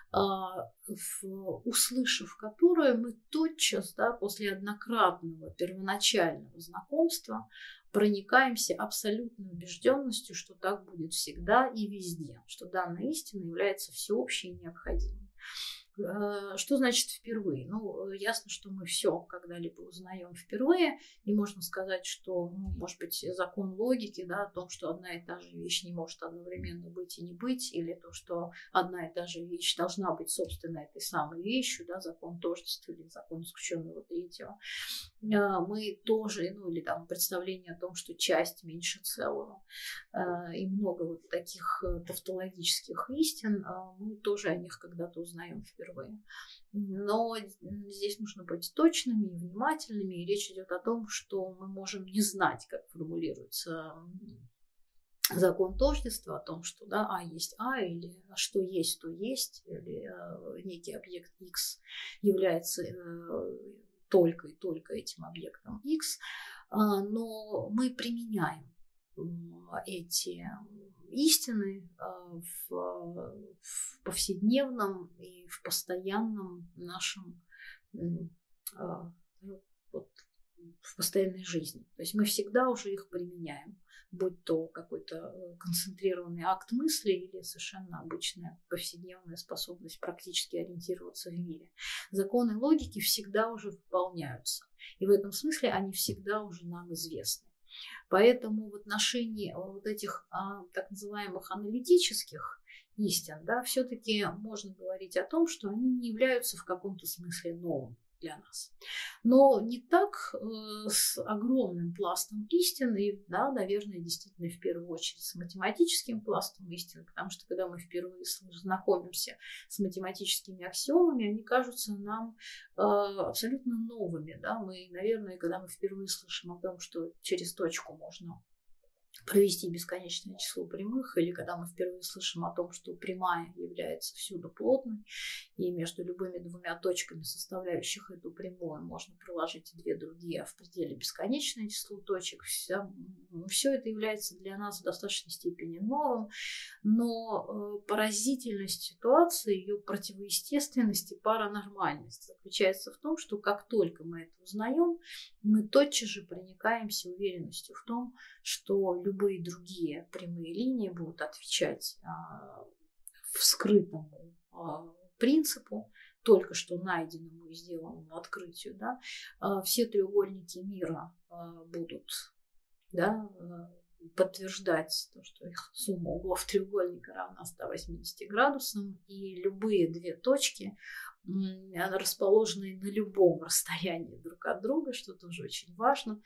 услышав которое мы тотчас, да, после однократного первоначального знакомства проникаемся абсолютной убежденностью, что так будет всегда и везде, что данная истина является всеобщей и необходимой. Что значит впервые? Ну, ясно, что мы все когда-либо узнаем впервые, и можно сказать, что, ну, может быть, закон логики, да, о том, что одна и та же вещь не может одновременно быть и не быть, или то, что одна и та же вещь должна быть, собственно, этой самой вещью, да, закон тождества или закон исключенного третьего. Мы тоже, ну, или там представление о том, что часть меньше целого, и много вот таких тавтологических истин, мы тоже о них когда-то узнаем впервые. впервые. Но здесь нужно быть точными и внимательными, и речь идет о том, что мы можем не знать, как формулируется закон тождества, о том, что да, А есть А, или что есть, то есть, или некий объект X является только и только этим объектом X, но мы применяем эти истины в повседневном и в постоянном нашем в постоянной жизни. То есть мы всегда уже их применяем, будь то какой-то концентрированный акт мысли или совершенно обычная повседневная способность практически ориентироваться в мире. Законы логики всегда уже выполняются, и в этом смысле они всегда уже нам известны. Поэтому в отношении вот этих так называемых аналитических истин, да, все-таки можно говорить о том, что они не являются в каком-то смысле новым для нас. Но не так с огромным пластом истин, и, да, наверное, действительно в первую очередь с математическим пластом истин, потому что когда мы впервые знакомимся с математическими аксиомами, они кажутся нам абсолютно новыми. Да? Мы, наверное, когда мы впервые слышим о том, что через точку можно провести бесконечное число прямых, или когда мы впервые слышим о том, что прямая является всюду плотной, и между любыми двумя точками, составляющих эту прямую, можно проложить две другие, а в пределе бесконечное число точек, все это является для нас в достаточной степени новым, но поразительность ситуации, ее противоестественность и паранормальность заключается в том, что как только мы это узнаем, мы тотчас же проникаемся уверенностью в том, что любые другие прямые линии будут отвечать вскрытому принципу, только что найденному и сделанному открытию. Да? Все треугольники мира будут, да, подтверждать то, что их сумма углов треугольника равна 180 градусам, и любые две точки, расположенные на любом расстоянии друг от друга, что тоже очень важно,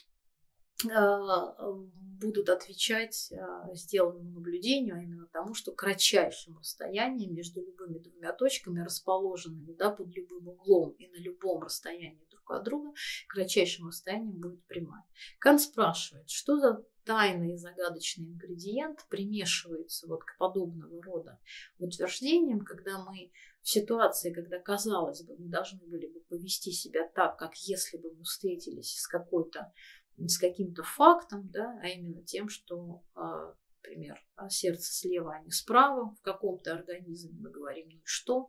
будут отвечать сделанному наблюдению, а именно тому, что кратчайшим расстоянием между любыми двумя точками, расположенными, да, под любым углом и на любом расстоянии друг от друга, кратчайшим расстоянием будет прямая. Кант спрашивает, что за тайный и загадочный ингредиент примешивается вот к подобного рода утверждениям, когда мы в ситуации, когда, казалось бы, мы должны были бы повести себя так, как если бы мы встретились с каким-то фактом, да, а именно тем, что, например, сердце слева, а не справа в каком-то организме, мы говорим, ну и что?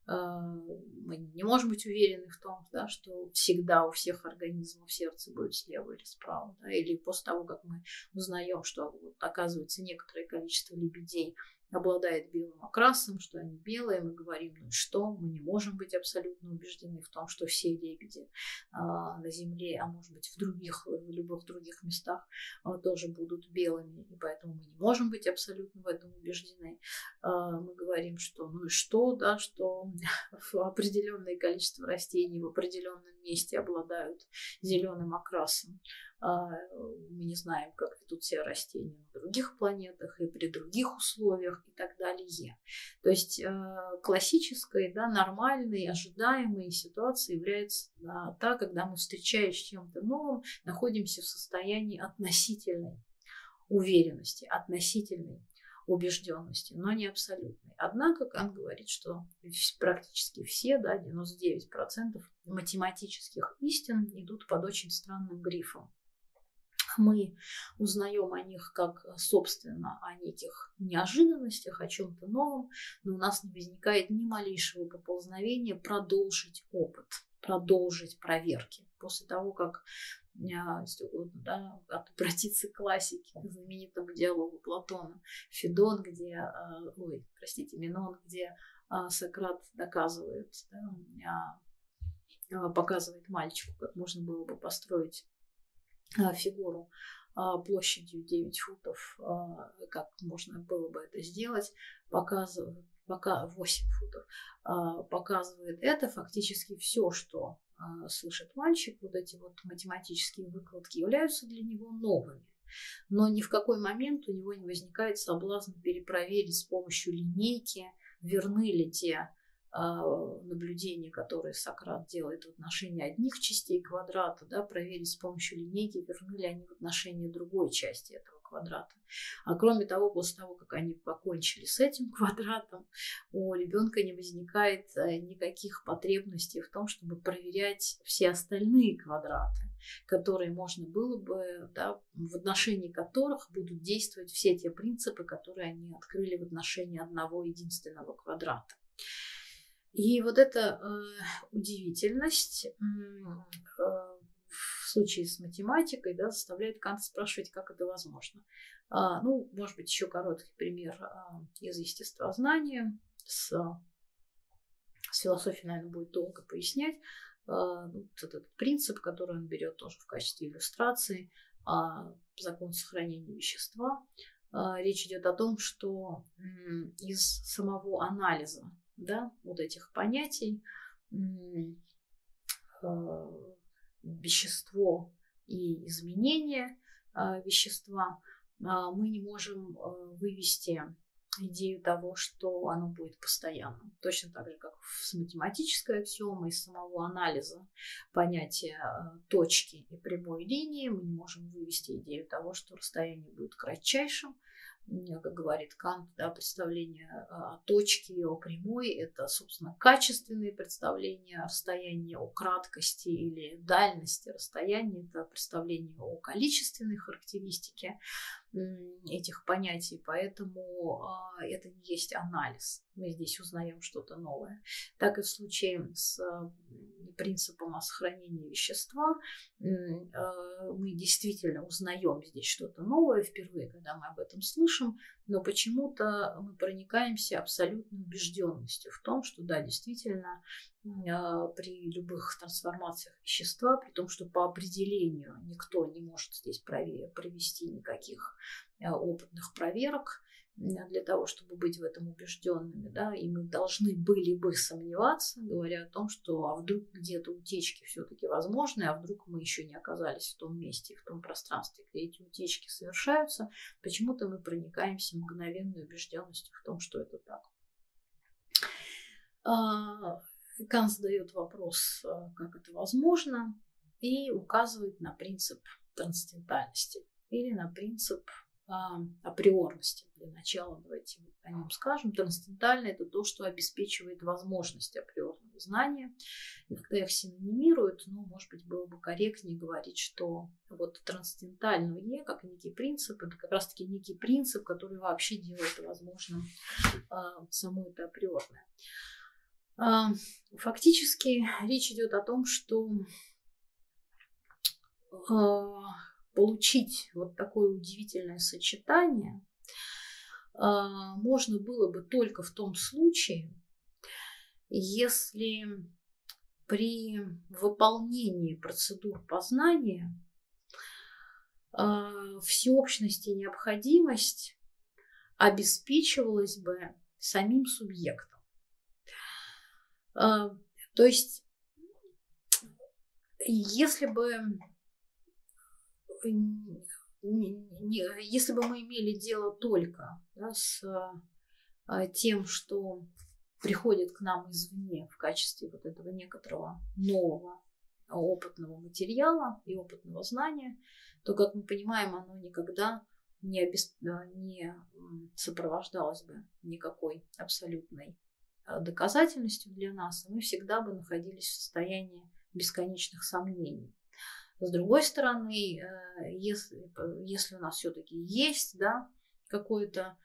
Мы не можем быть уверены в том, да, что всегда у всех организмов сердце будет слева или справа. Да, или после того, как мы узнаем, что вот, оказывается некоторое количество лебедей обладает белым окрасом, что они белые, мы говорим, ну и что, мы не можем быть абсолютно убеждены в том, что все лебеди на Земле, а может быть в любых других местах тоже будут белыми, и поэтому мы не можем быть абсолютно в этом убеждены. Мы говорим, что ну и что, да, что определенное количество растений в определенном месте обладают зеленым окрасом. Мы не знаем, как ведут себя растения на других планетах и при других условиях и так далее. То есть классической, да, нормальной, ожидаемой ситуацией является та, когда мы, встречаясь с чем-то новым, находимся в состоянии относительной уверенности, относительной убежденности, но не абсолютной. Однако Кант говорит, что практически все, да, 99% математических истин идут под очень странным грифом. Мы узнаем о них как, собственно, о неких неожиданностях, о чем-то новом, но у нас не возникает ни малейшего поползновения продолжить опыт, продолжить проверки. После того, как, если угодно, да, обратиться к классике, к знаменитому диалогу Платона Федон, Менон, где Сократ доказывает, да, показывает мальчику, как можно было бы построить фигуру площадью 9 футов, как можно было бы это сделать, показывает 8 футов, показывает это фактически все, что слышит мальчик, вот эти вот математические выкладки являются для него новыми. Но ни в какой момент у него не возникает соблазн перепроверить с помощью линейки, верны ли те наблюдения, которые Сократ делает в отношении одних частей квадрата, да, проверить с помощью линейки, верны ли они в отношении другой части этого квадрата. А кроме того, после того, как они покончили с этим квадратом, у ребенка не возникает никаких потребностей в том, чтобы проверять все остальные квадраты, которые можно было бы, да, в отношении которых будут действовать все те принципы, которые они открыли в отношении одного единственного квадрата. И вот эта удивительность в случае с математикой, да, заставляет Канта спрашивать, как это возможно. Ну, может быть, еще короткий пример из естествознания. С философией, наверное, будет долго пояснять. Вот этот принцип, который он берет тоже в качестве иллюстрации, закон сохранения вещества. Речь идет о том, что из самого анализа, да, вот этих понятий вещество и изменение вещества мы не можем вывести идею того, что оно будет постоянным. Точно так же, как с математической аксиомой, из самого анализа понятия точки и прямой линии мы не можем вывести идею того, что расстояние будет кратчайшим. Как говорит Кант, да, представление о точке и о прямой – это, собственно, качественные представления о расстоянии, о краткости или дальности расстояния. Это представление о количественной характеристике этих понятий, поэтому это не есть анализ. Мы здесь узнаем что-то новое. Так и в случае с принципом о сохранении вещества мы действительно узнаем здесь что-то новое впервые, когда мы об этом слышим, но почему-то мы проникаемся абсолютной убежденностью в том, что да, действительно, при любых трансформациях вещества, при том, что по определению никто не может здесь провести никаких опытных проверок для того, чтобы быть в этом убежденными, да, и мы должны были бы сомневаться, говоря о том, что а вдруг где-то утечки все-таки возможны, а вдруг мы еще не оказались в том месте, в том пространстве, где эти утечки совершаются, почему-то мы проникаемся мгновенной убежденностью в том, что это так. Кант задает вопрос, как это возможно, и указывает на принцип трансцендентальности или на принцип априорности. Для начала давайте о нем скажем. Трансцендентальное – это то, что обеспечивает возможность априорного знания. Иногда их синонимируют, но, может быть, было бы корректнее говорить, что вот трансцендентальное как некий принцип – это как раз-таки некий принцип, который вообще делает возможным само это априорное. Фактически речь идет о том, что получить вот такое удивительное сочетание можно было бы только в том случае, если при выполнении процедур познания всеобщность и необходимость обеспечивалась бы самим субъектом. То есть, если бы мы имели дело только, да, с тем, что приходит к нам извне в качестве вот этого некоторого нового опытного материала и опытного знания, то, как мы понимаем, оно никогда не сопровождалось бы никакой абсолютной доказательностью для нас, и мы всегда бы находились в состоянии бесконечных сомнений. С другой стороны, если у нас все-таки есть, да, какое-то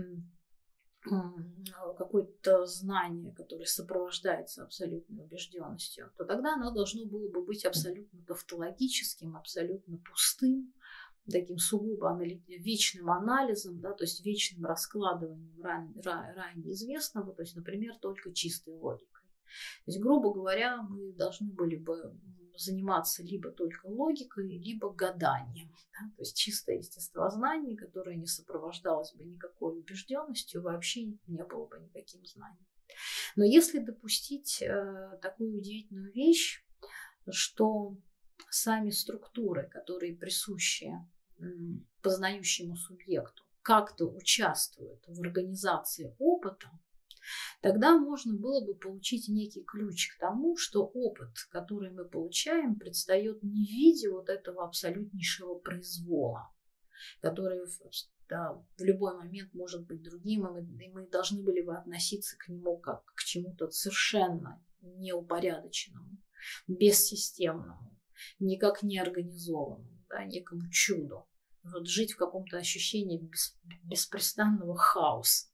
знание, которое сопровождается абсолютной убежденностью, то тогда оно должно было бы быть абсолютно тавтологическим, абсолютно пустым, таким сугубо вечным анализом, да, то есть вечным раскладыванием ранее известного, то есть, например, только чистой логикой. То есть, грубо говоря, мы должны были бы заниматься либо только логикой, либо гаданием. Да? То есть чистое естествознание, которое не сопровождалось бы никакой убежденностью, вообще не было бы никаким знанием. Но если допустить такую удивительную вещь, что сами структуры, которые присущи познающему субъекту, как-то участвуют в организации опыта, тогда можно было бы получить некий ключ к тому, что опыт, который мы получаем, предстает не в виде вот этого абсолютнейшего произвола, который в любой момент может быть другим, и мы должны были бы относиться к нему как к чему-то совершенно неупорядоченному, бессистемному, никак не организованному, да, некому чуду. Вот жить в каком-то ощущении беспрестанного хаоса.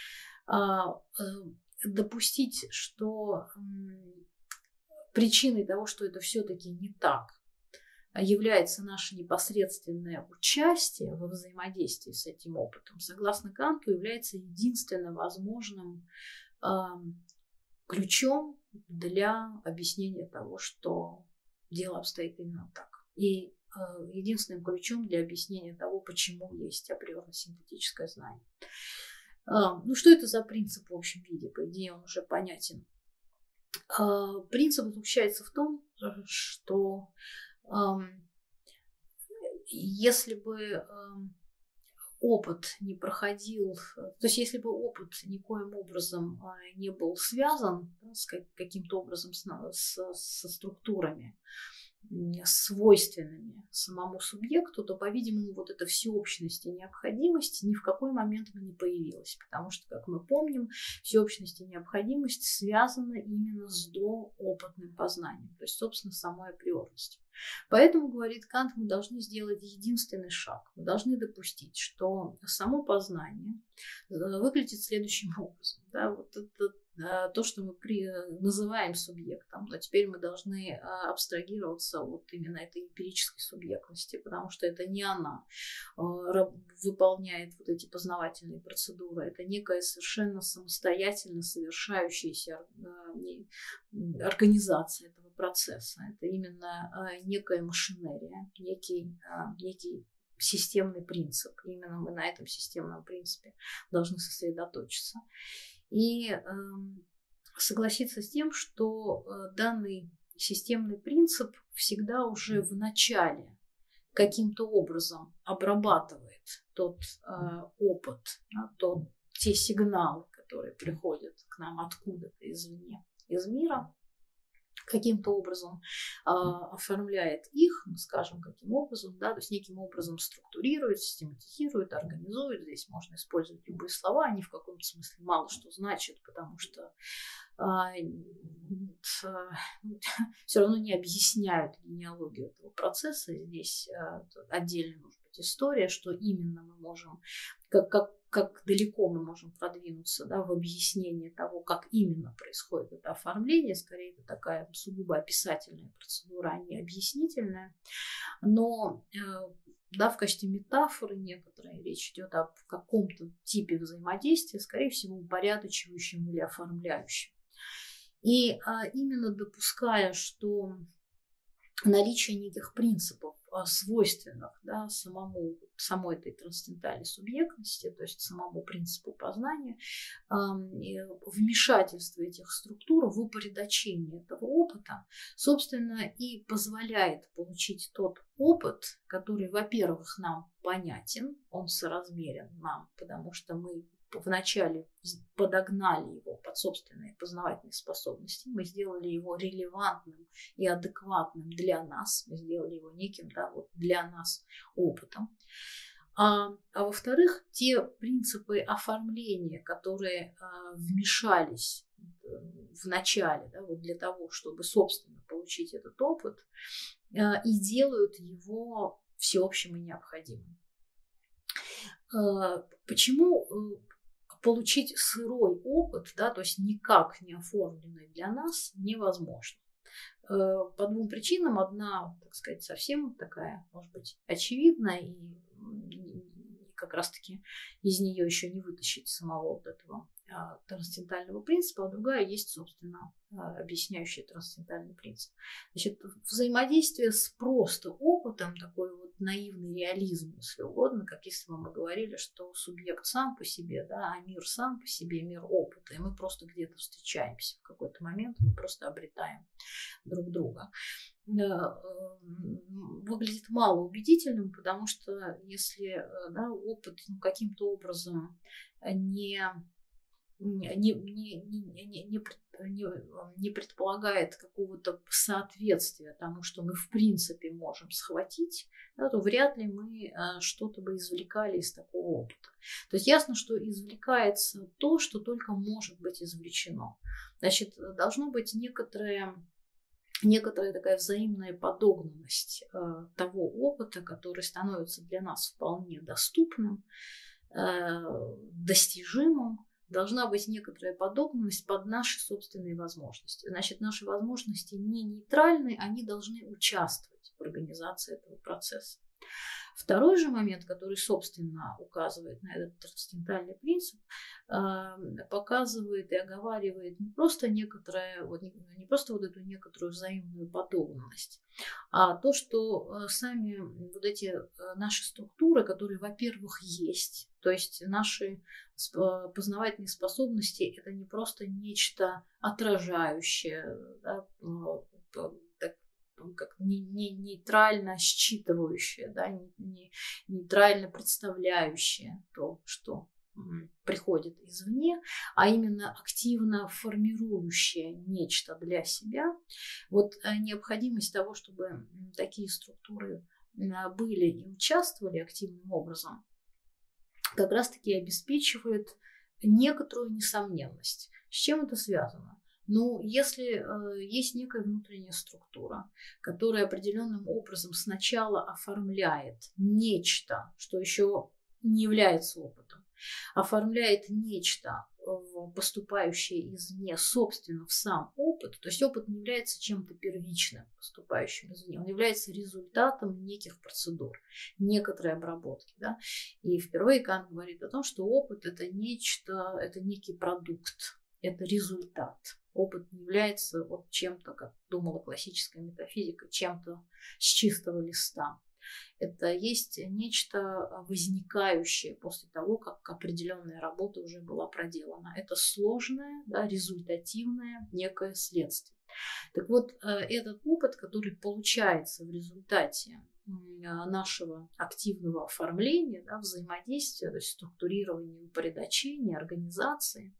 Допустить, что причиной того, что это все-таки не так, является наше непосредственное участие во взаимодействии с этим опытом, согласно Канту, является единственно возможным ключом для объяснения того, что дело обстоит именно так. И единственным ключом для объяснения того, почему есть априорно-синтетическое знание. Ну, что это за принцип в общем виде? По идее, он уже понятен. Принцип заключается в том, что если бы опыт не проходил, то есть если бы опыт никоим образом не был связан, да, с каким-то образом со структурами, свойственными самому субъекту, то, по-видимому, вот эта всеобщность и необходимость ни в какой момент бы не появилась, потому что, как мы помним, всеобщность и необходимость связаны именно с доопытным познанием, то есть, собственно, самой априорностью. Поэтому, говорит Кант, мы должны сделать единственный шаг. Мы должны допустить, что само познание выглядит следующим образом. Да, вот это то, что мы называем субъектом, но теперь мы должны абстрагироваться от именно этой эмпирической субъектности, потому что это не она выполняет вот эти познавательные процедуры, это некая совершенно самостоятельно совершающаяся организация этого процесса. Это именно некая машинерия, некий системный принцип. Именно мы на этом системном принципе должны сосредоточиться. И согласиться с тем, что данный системный принцип всегда уже в начале каким-то образом обрабатывает тот опыт, те сигналы, которые приходят к нам откуда-то извне, из мира, каким-то образом оформляет их, скажем, каким образом, да, то есть неким образом структурирует, систематизирует, организует. Здесь можно использовать любые слова, они в каком-то смысле мало что значат, потому что все равно не объясняют генеалогию этого процесса. Здесь отдельная, может быть, история, что именно мы можем, как далеко мы можем продвинуться, да, в объяснении того, как именно происходит это оформление. Скорее, это такая сугубо описательная процедура, а не объяснительная. Но да, в качестве метафоры некоторые речь идет о каком-то типе взаимодействия, скорее всего, упорядочивающем или оформляющем. И именно допуская, что наличие неких принципов, свойственных, да, самой этой трансцендентальной субъектности, то есть самому принципу познания, вмешательство этих структур в упорядочение этого опыта, собственно, и позволяет получить тот опыт, который, во-первых, нам понятен, он соразмерен нам, потому что мы вначале подогнали его под собственные познавательные способности, мы сделали его релевантным и адекватным для нас, мы сделали его неким, да, вот для нас опытом. А во-вторых, те принципы оформления, которые вмешались в начале, да, вот для того, чтобы, собственно, получить этот опыт, и делают его всеобщим и необходимым. Почему получить сырой опыт, да, то есть никак не оформленный для нас, невозможно? По двум причинам. Одна, так сказать, совсем такая, может быть, очевидная, и как раз-таки из нее еще не вытащить самого вот этого трансцендентального принципа, а другая есть, собственно, объясняющая трансцендентальный принцип. Значит, взаимодействие с просто опытом, такой вот наивный реализм, если угодно, как если бы мы говорили, что субъект сам по себе, да, а мир сам по себе, мир опыта, и мы просто где-то встречаемся в какой-то момент, мы просто обретаем друг друга. Выглядит малоубедительным, потому что если, да, опыт каким-то образом не не предполагает какого-то соответствия тому, что мы в принципе можем схватить, да, то вряд ли мы что-то бы извлекали из такого опыта. То есть ясно, что извлекается то, что только может быть извлечено. Значит, должно быть некоторая такая взаимная подогнанность того опыта, который становится для нас вполне доступным, достижимым. Должна быть некоторая подогнанность под наши собственные возможности. Значит, наши возможности не нейтральны, они должны участвовать в организации этого процесса. Второй же момент, который, собственно, указывает на этот трансцендентальный принцип, показывает и оговаривает не просто вот эту некоторую взаимную подобность, а то, что сами вот эти наши структуры, которые, во-первых, есть, то есть наши познавательные способности – это не просто нечто отражающее, да, как нейтрально считывающее, да, нейтрально представляющее то, что приходит извне, а именно активно формирующее нечто для себя. Вот необходимость того, чтобы такие структуры были и участвовали активным образом, как раз-таки обеспечивает некоторую несомненность. С чем это связано? Ну, если есть некая внутренняя структура, которая определенным образом сначала оформляет нечто, что еще не является опытом, оформляет нечто, поступающее извне, собственно, в сам опыт, то есть опыт не является чем-то первичным, поступающим извне, он является результатом неких процедур, некоторой обработки. Да? И впервые Кант говорит о том, что опыт – это нечто, это некий продукт, это результат. Опыт не является вот чем-то, как думала классическая метафизика, чем-то с чистого листа. Это есть нечто возникающее после того, как определенная работа уже была проделана. Это сложное, да, результативное некое следствие. Так вот, этот опыт, который получается в результате нашего активного оформления, да, взаимодействия, то есть структурирования, упорядочения, организации,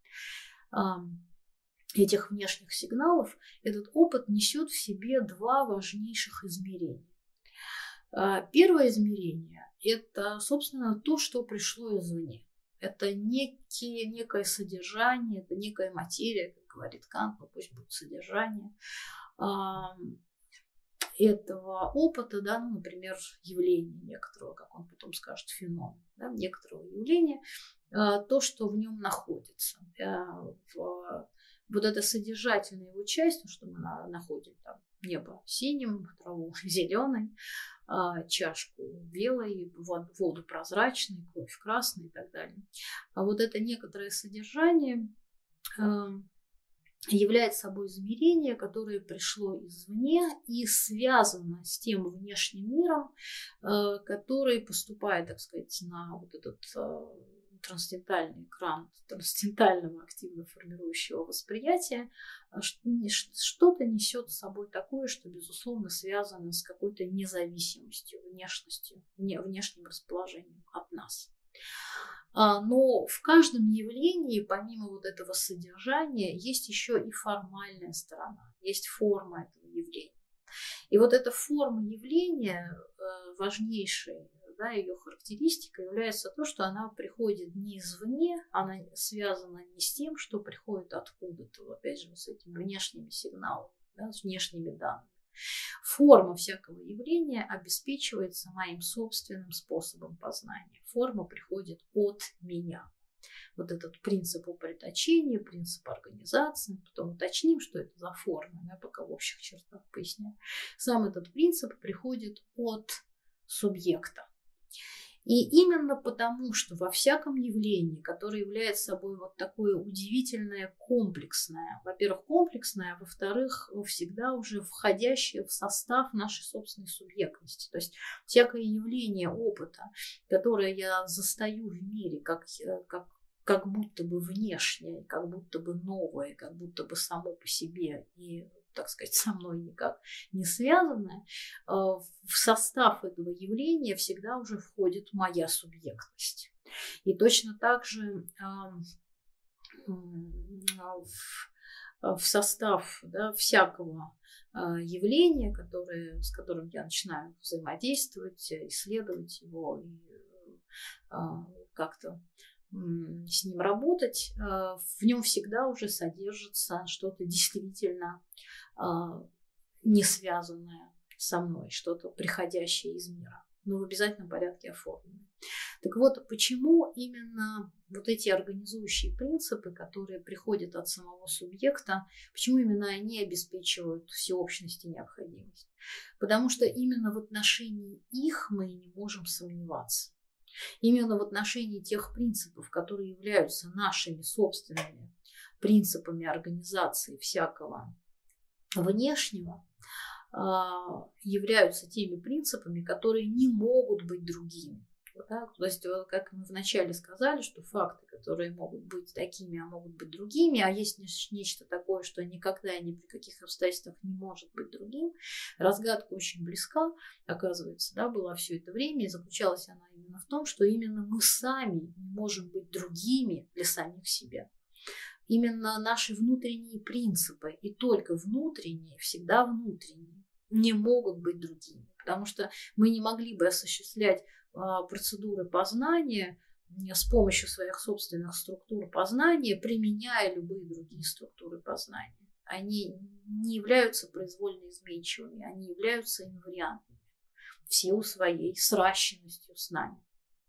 этих внешних сигналов, этот опыт несет в себе два важнейших измерения. Первое измерение – это, собственно, то, что пришло извне. Это некое содержание, это некая материя, как говорит Кант, но пусть будет содержание этого опыта, да, ну, например, явления некоторого, как он потом скажет, феномена, да, некоторого явления, то, что в нем находится. Вот это содержательная его часть, что мы находим там небо синим, траву зеленой, чашку белой, воду прозрачной, кровь красной и так далее. А вот это некоторое содержание является собой измерение, которое пришло извне и связано с тем внешним миром, который поступает, так сказать, на вот этот трансцендентальный экран трансцендентального активно формирующего восприятия, что-то несет с собой такое, что, безусловно, связано с какой-то независимостью, внешностью, внешним расположением от нас. Но в каждом явлении, помимо вот этого содержания, есть еще и формальная сторона, есть форма этого явления. И вот эта форма явления, важнейшая, да, ее характеристика является то, что она приходит не извне, она связана не с тем, что приходит откуда-то, опять же, с этими внешними сигналами, да, с внешними данными. Форма всякого явления обеспечивается моим собственным способом познания. Форма приходит от меня. Вот этот принцип упорядочения, принцип организации, потом уточним, что это за форма, я пока в общих чертах поясняю. Сам этот принцип приходит от субъекта. И именно потому, что во всяком явлении, которое является собой вот такое удивительное комплексное, во-первых, комплексное, а во-вторых, всегда уже входящее в состав нашей собственной субъектности. То есть всякое явление опыта, которое я застаю в мире как будто бы внешнее, как будто бы новое, как будто бы само по себе и, так сказать, со мной никак не связанное, в состав этого явления всегда уже входит моя субъектность. И точно так же в состав, да, всякого явления, с которым я начинаю взаимодействовать, исследовать его и как-то с ним работать, в нем всегда уже содержится что-то действительно не связанное со мной, что-то приходящее из мира, но в обязательном порядке оформленное. Так вот, почему именно вот эти организующие принципы, которые приходят от самого субъекта, почему именно они обеспечивают всеобщность и необходимость? Потому что именно в отношении их мы не можем сомневаться. Именно в отношении тех принципов, которые являются нашими собственными принципами организации всякого внешнего, являются теми принципами, которые не могут быть другими. Да? То есть, как мы вначале сказали, что факты, которые могут быть такими, а могут быть другими, а есть нечто такое, что никогда и ни при каких обстоятельствах не может быть другим, разгадка очень близка, оказывается, да, была все это время, и заключалась она именно в том, что именно мы сами не можем быть другими для самих себя. Именно наши внутренние принципы, и только внутренние, всегда внутренние, не могут быть другими, потому что мы не могли бы осуществлять процедуры познания с помощью своих собственных структур познания, применяя любые другие структуры познания. Они не являются произвольно изменчивыми, они являются инвариантными в силу своей сращенностью с нами.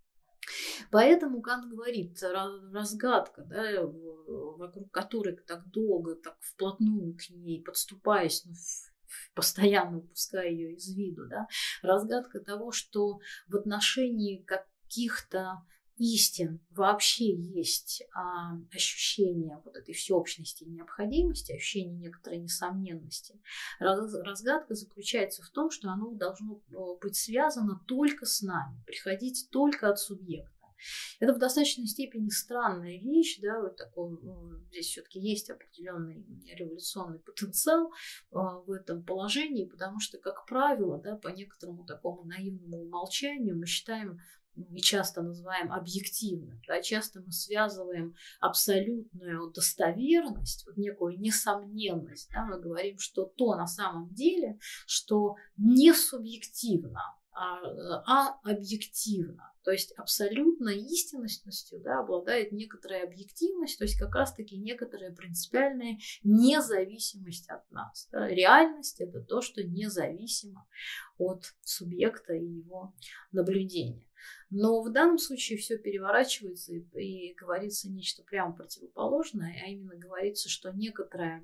Поэтому Кант говорит, разгадка, да, вокруг которой так долго, так вплотную к ней подступаясь, постоянно упуская ее из виду, да, разгадка того, что в отношении каких-то истин вообще есть ощущение вот этой всеобщности и необходимости, ощущение некоторой несомненности. Разгадка заключается в том, что оно должно быть связано только с нами, приходить только от субъекта. Это в достаточной степени странная вещь, да, вот такой, здесь все-таки есть определенный революционный потенциал в этом положении, потому что, как правило, да, по некоторому такому наивному умолчанию мы считаем и часто называем объективным, да, часто мы связываем абсолютную достоверность, вот некую несомненность, да, мы говорим, что то на самом деле, что не субъективно, а объективно. То есть абсолютной истинностью, да, обладает некоторая объективность, то есть как раз-таки некоторая принципиальная независимость от нас. Да. Реальность – это то, что независимо от субъекта и его наблюдения. Но в данном случае все переворачивается и говорится нечто прямо противоположное, а именно говорится, что некоторая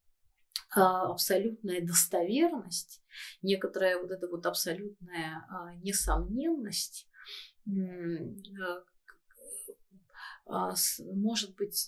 абсолютная достоверность, некоторая вот эта вот абсолютная несомненность может быть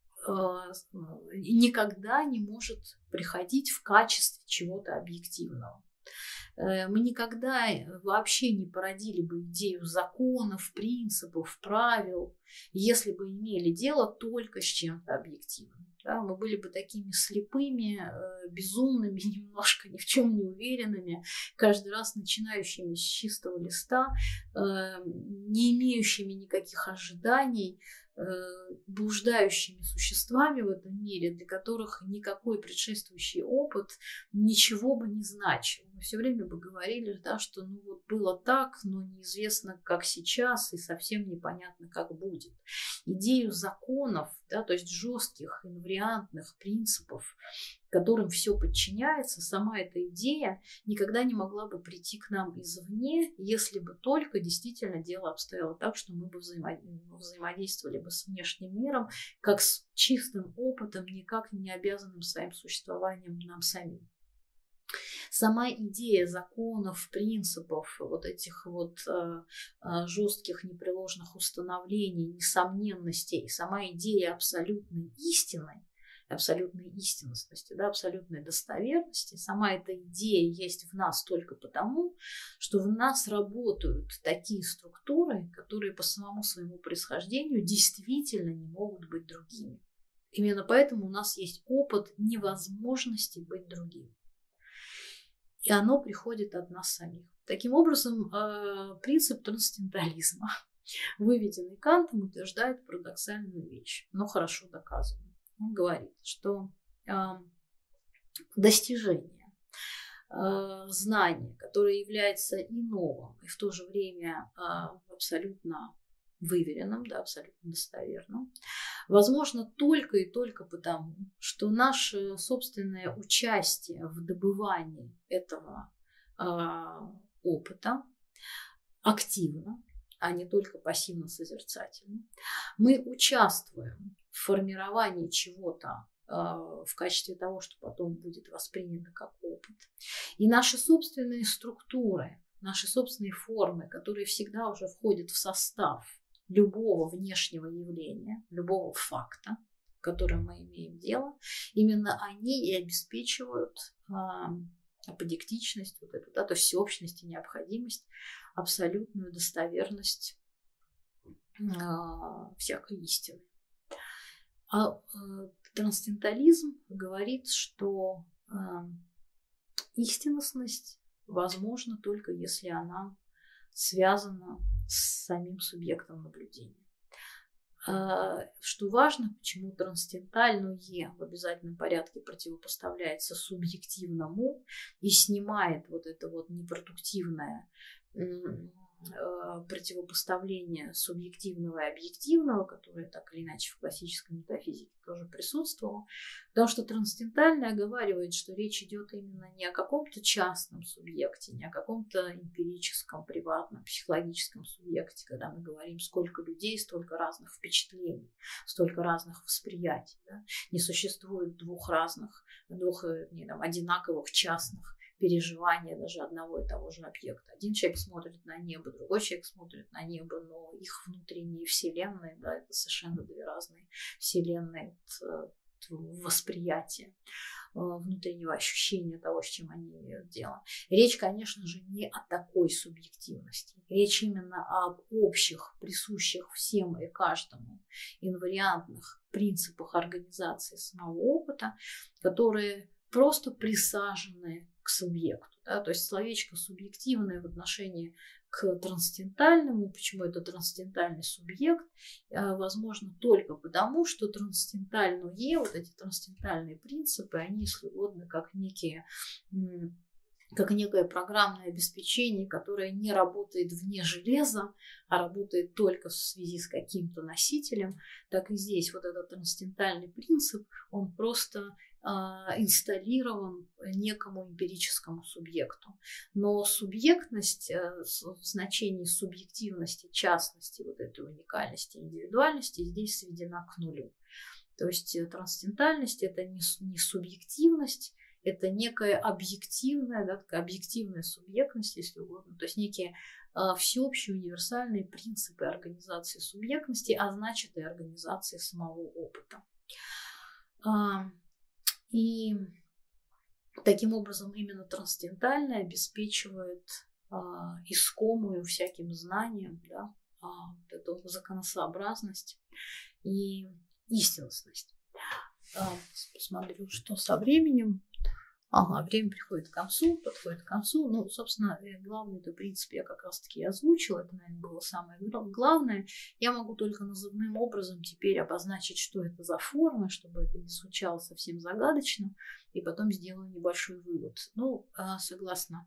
никогда не может приходить в качестве чего-то объективного. Мы никогда вообще не породили бы идею законов, принципов, правил, если бы имели дело только с чем-то объективным. Да, мы были бы такими слепыми, безумными, немножко ни в чем не уверенными, каждый раз начинающими с чистого листа, не имеющими никаких ожиданий, блуждающими существами в этом мире, для которых никакой предшествующий опыт ничего бы не значил. Мы все время бы говорили, да, что ну вот было так, но неизвестно, как сейчас, и совсем непонятно, как будет. Идею законов, да, то есть жестких инвариантных принципов, которым все подчиняется, сама эта идея никогда не могла бы прийти к нам извне, если бы только действительно дело обстояло так, что мы бы взаимодействовали бы с внешним миром, как с чистым опытом, никак не обязанным своим существованием нам самим. Сама идея законов, принципов, вот этих вот жестких непреложных установлений, несомненностей, сама идея абсолютной истины, абсолютной истинности, да, абсолютной достоверности, сама эта идея есть в нас только потому, что в нас работают такие структуры, которые по самому своему происхождению действительно не могут быть другими. Именно поэтому у нас есть опыт невозможности быть другим. И оно приходит от нас самих. Таким образом, принцип трансцендентализма выведенный Кантом, утверждает парадоксальную вещь, но хорошо доказанную. Он говорит, что достижение знания, которое является и новым, и в то же время абсолютно выверенным, да, абсолютно достоверным, возможно только и только потому, что наше собственное участие в добывании этого опыта активно, а не только пассивно-созерцательно. Мы участвуем в формировании чего-то в качестве того, что потом будет воспринято как опыт. И наши собственные структуры, наши собственные формы, которые всегда уже входят в состав любого внешнего явления, любого факта, с которым мы имеем дело, именно они и обеспечивают аподектичность, вот эту, да, то есть всеобщность и необходимость, абсолютную достоверность всякой истины. А трансцендентализм говорит, что истинность возможна только если она связана с самим субъектом наблюдения. Что важно, почему трансцендентальное в обязательном порядке противопоставляется субъективному и снимает вот это вот непродуктивное противопоставление субъективного и объективного, которое так или иначе в классической метафизике тоже присутствовало, потому что трансцендентальное оговаривает, что речь идет именно не о каком-то частном субъекте, не о каком-то эмпирическом, приватном, психологическом субъекте, когда мы говорим, сколько людей, столько разных впечатлений, столько разных восприятий. Да? Не существует двух одинаковых частных переживания даже одного и того же объекта. Один человек смотрит на небо, другой человек смотрит на небо, но их внутренние вселенные, да, это совершенно две разные вселенные восприятия, внутреннего ощущения того, с чем они имеют дело. Речь, конечно же, не о такой субъективности. Речь именно об общих, присущих всем и каждому инвариантных принципах организации самого опыта, которые просто присажены к субъекту. Да? То есть словечко субъективное в отношении к трансцендентальному, почему это трансцендентальный субъект, возможно только потому, что трансцендентальное, вот эти трансцендентальные принципы, они исходны как некое программное обеспечение, которое не работает вне железа, а работает только в связи с каким-то носителем, так и здесь вот этот трансцендентальный принцип, он просто инсталлирован некому эмпирическому субъекту. Но субъектность в значении субъективности, частности, вот этой уникальности, индивидуальности здесь сведена к нулю. То есть трансцендентальность – это не субъективность, это некая объективная, да, такая объективная субъектность, если угодно, то есть некие всеобщие универсальные принципы организации субъектности, а значит и организации самого опыта. И таким образом именно трансцендентальное обеспечивает искомую всяким знанием, да, вот эту законосообразность и истинность. Посмотрю, что со временем. Время подходит к концу. Ну, собственно, главный-то принцип я как раз-таки озвучила. Это, наверное, было самое главное. Я могу только назывным образом теперь обозначить, что это за форма, чтобы это не звучало совсем загадочно. И потом сделаю небольшой вывод. Ну, согласно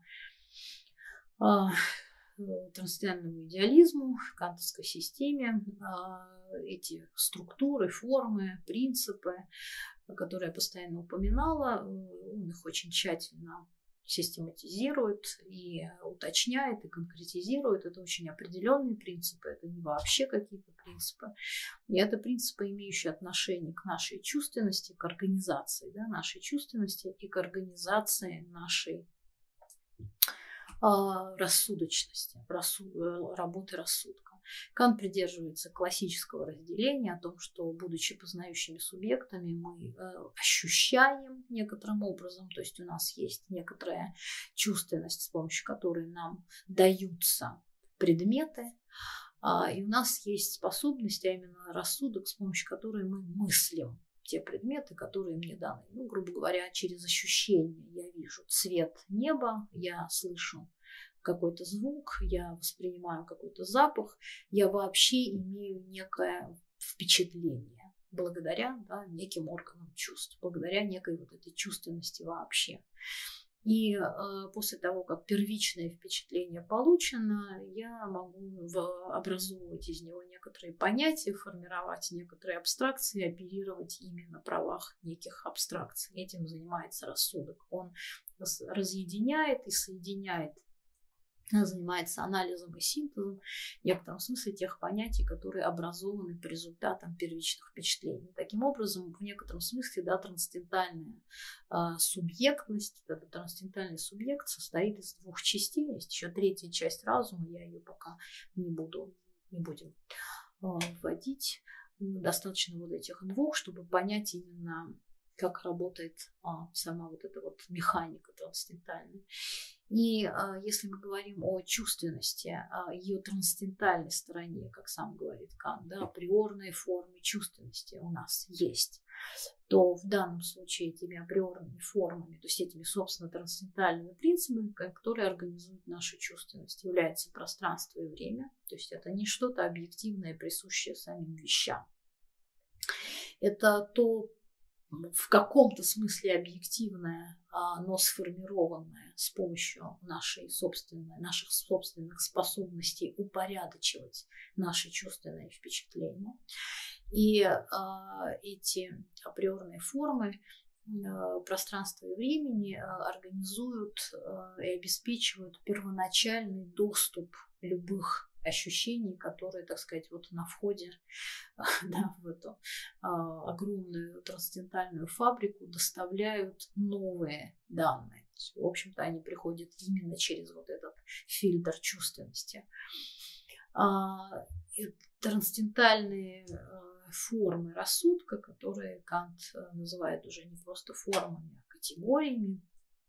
трансцендентальному идеализму, кантовской системе, эти структуры, формы, принципы, которые я постоянно упоминала, он их очень тщательно систематизирует и уточняет, и конкретизирует. Это очень определенные принципы, это не вообще какие-то принципы. И это принципы, имеющие отношение к нашей чувственности, к организации, да, нашей чувственности и к организации нашей рассудочности, работы рассудка. Кант придерживается классического разделения о том, что, будучи познающими субъектами, мы ощущаем некоторым образом, то есть у нас есть некоторая чувственность, с помощью которой нам даются предметы, и у нас есть способность, а именно рассудок, с помощью которой мы мыслим те предметы, которые мне даны. Ну, грубо говоря, через ощущение я вижу цвет неба, я слышу какой-то звук, я воспринимаю какой-то запах, я вообще имею некое впечатление благодаря, да, неким органам чувств, благодаря некой вот этой чувственности вообще. И после того, как первичное впечатление получено, я могу образовывать из него некоторые понятия, формировать некоторые абстракции, оперировать ими на правах неких абстракций. Этим занимается рассудок. Он разъединяет и соединяет, занимается анализом и синтезом в некотором смысле тех понятий, которые образованы по результатам первичных впечатлений. Таким образом, в некотором смысле, да, трансцендентальная субъектность, этот трансцендентальный субъект состоит из двух частей. Есть еще третья часть разума, я ее пока не будем вводить. Достаточно вот этих двух, чтобы понять именно, как работает сама вот эта вот механика трансцендентальная. И если мы говорим о чувственности, ее трансцендентальной стороне, как сам говорит Кант, да, априорные формы чувственности у нас есть, то в данном случае этими априорными формами, то есть этими, собственно, трансцендентальными принципами, которые организуют нашу чувственность, является пространство и время. То есть это не что-то объективное, присущее самим вещам. Это то, в каком-то смысле объективное, но сформированное с помощью наших собственных способностей упорядочивать наши чувственные впечатления. И эти априорные формы пространства и времени организуют и обеспечивают первоначальный доступ любых ощущений, которые, так сказать, вот на входе, да, в эту огромную трансцендентальную фабрику доставляют новые данные. В общем-то, они приходят именно через вот этот фильтр чувственности. Трансцендентальные формы рассудка, которые Кант называет уже не просто формами, а категориями,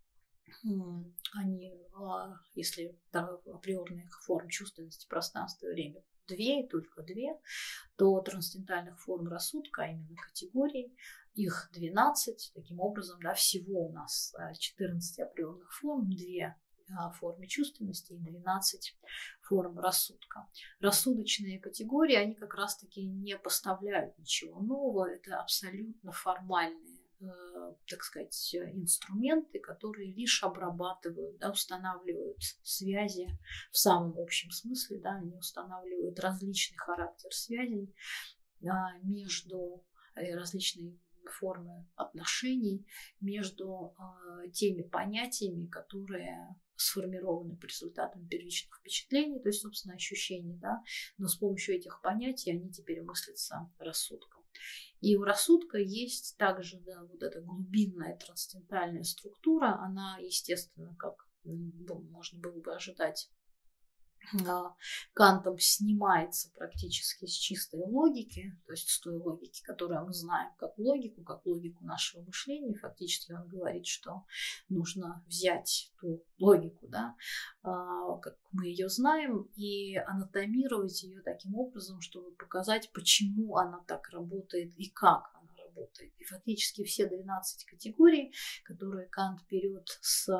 они, если априорных форм чувственности, пространства и времени только две, то трансцендентальных форм рассудка, а именно категорий, их 12. Таким образом, да, всего у нас 14 априорных форм, 2 формы чувственности и 12 форм рассудка. Рассудочные категории, они как раз-таки не поставляют ничего нового, это абсолютно формальные, так сказать, инструменты, которые лишь обрабатывают, да, устанавливают связи в самом общем смысле, да, они устанавливают различный характер связей между различные формы отношений между теми понятиями, которые сформированы по результатам первичных впечатлений, то есть, собственно, ощущений, да, но с помощью этих понятий они теперь мыслятся рассудком. И у рассудка есть также, да, вот эта глубинная трансцендентальная структура, она, естественно, как можно было бы ожидать, Кантом снимается практически с чистой логики, то есть с той логики, которую мы знаем как логику нашего мышления. Фактически он говорит, что нужно взять ту логику, да, как мы ее знаем, и анатомировать ее таким образом, чтобы показать, почему она так работает и как она работает. И фактически все 12 категорий, которые Кант берет с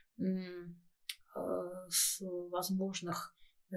возможных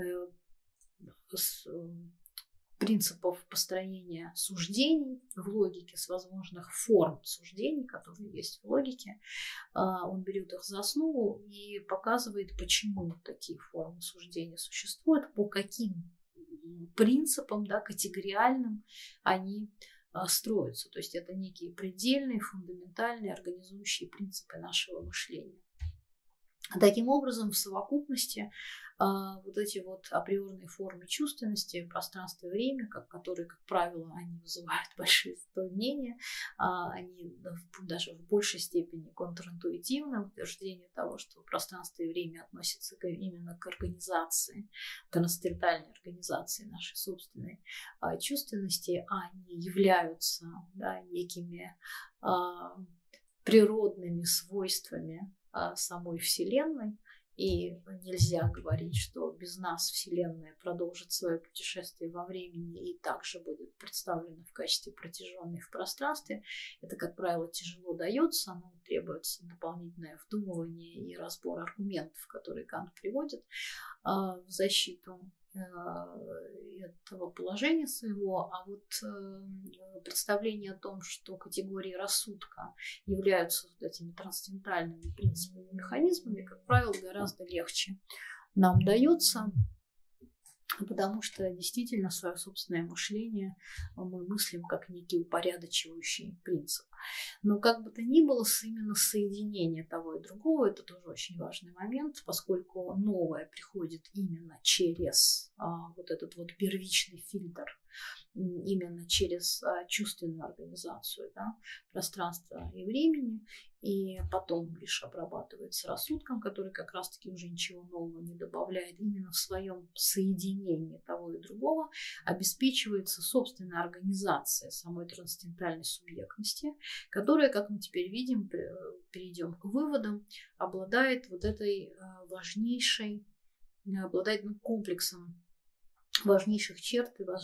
принципов построения суждений в логике, с возможных форм суждений, которые есть в логике. Он берет их за основу и показывает, почему такие формы суждения существуют, по каким принципам, да, категориальным они строятся. То есть это некие предельные, фундаментальные, организующие принципы нашего мышления. Таким образом, в совокупности вот эти вот априорные формы чувственности, пространство и время, которые, как правило, они вызывают большинство мнения, они даже в большей степени контринтуитивны, утверждение того, что пространство и время относятся именно к организации, трансцендентальной организации нашей собственной чувственности, а они являются, да, некими природными свойствами самой Вселенной, И нельзя говорить, что без нас Вселенная продолжит свое путешествие во времени и также будет представлена в качестве протяженной в пространстве. Это, как правило, тяжело дается, но требуется дополнительное вдумывание и разбор аргументов, которые Кант приводит в защиту этого положения своего, а вот представление о том, что категории рассудка являются вот этими трансцендентальными принципами, механизмами, как правило, гораздо легче нам дается, потому что действительно свое собственное мышление мы мыслим как некий упорядочивающий принцип. Но как бы то ни было, именно соединение того и другого – это тоже очень важный момент, поскольку новое приходит именно через вот этот вот первичный фильтр, именно через чувственную организацию, да, пространства и времени, и потом лишь обрабатывается рассудком, который как раз-таки уже ничего нового не добавляет. Именно в своем соединении того и другого обеспечивается собственная организация самой трансцендентальной субъектности, которая, как мы теперь видим, перейдем к выводам, обладает вот этой важнейшей, обладает комплексом важнейших черт и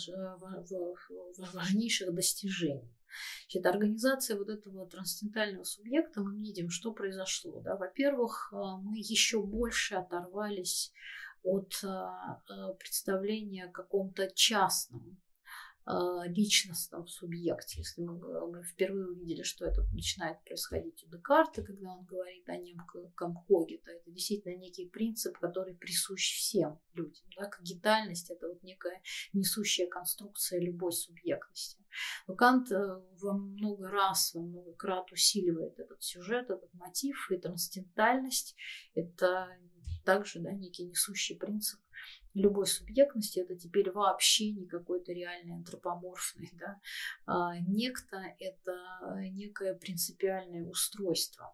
важнейших достижений. Значит, организация вот этого трансцендентального субъекта, мы видим, что произошло. Да? Во-первых, мы еще больше оторвались от представления о каком-то частном личностном субъекте. Если мы впервые увидели, что это начинает происходить у Декарта, когда он говорит о немком когито, это действительно некий принцип, который присущ всем людям. Да? Когитальность – это вот некая несущая конструкция любой субъектности. Но Кант во много крат усиливает этот сюжет, этот мотив, и трансцендентальность – это также, да, некий несущий принцип любой субъектности. Это теперь вообще не какой-то реальный антропоморфный, да, некто, это некое принципиальное устройство.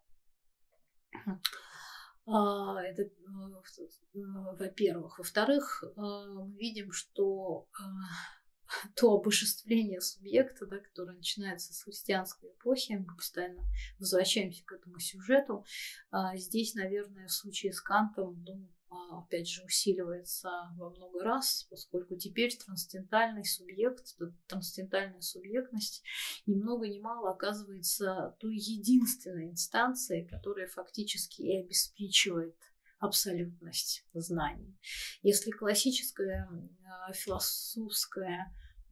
Это, во-первых. Во-вторых, мы видим, что то обожествление субъекта, да, которое начинается с христианской эпохи, мы постоянно возвращаемся к этому сюжету. Здесь, наверное, в случае с Кантом, опять же, усиливается во много раз, поскольку теперь трансцендентальный субъект, трансцендентальная субъектность ни много ни мало оказывается той единственной инстанцией, которая фактически и обеспечивает абсолютность знаний. Если классическое философское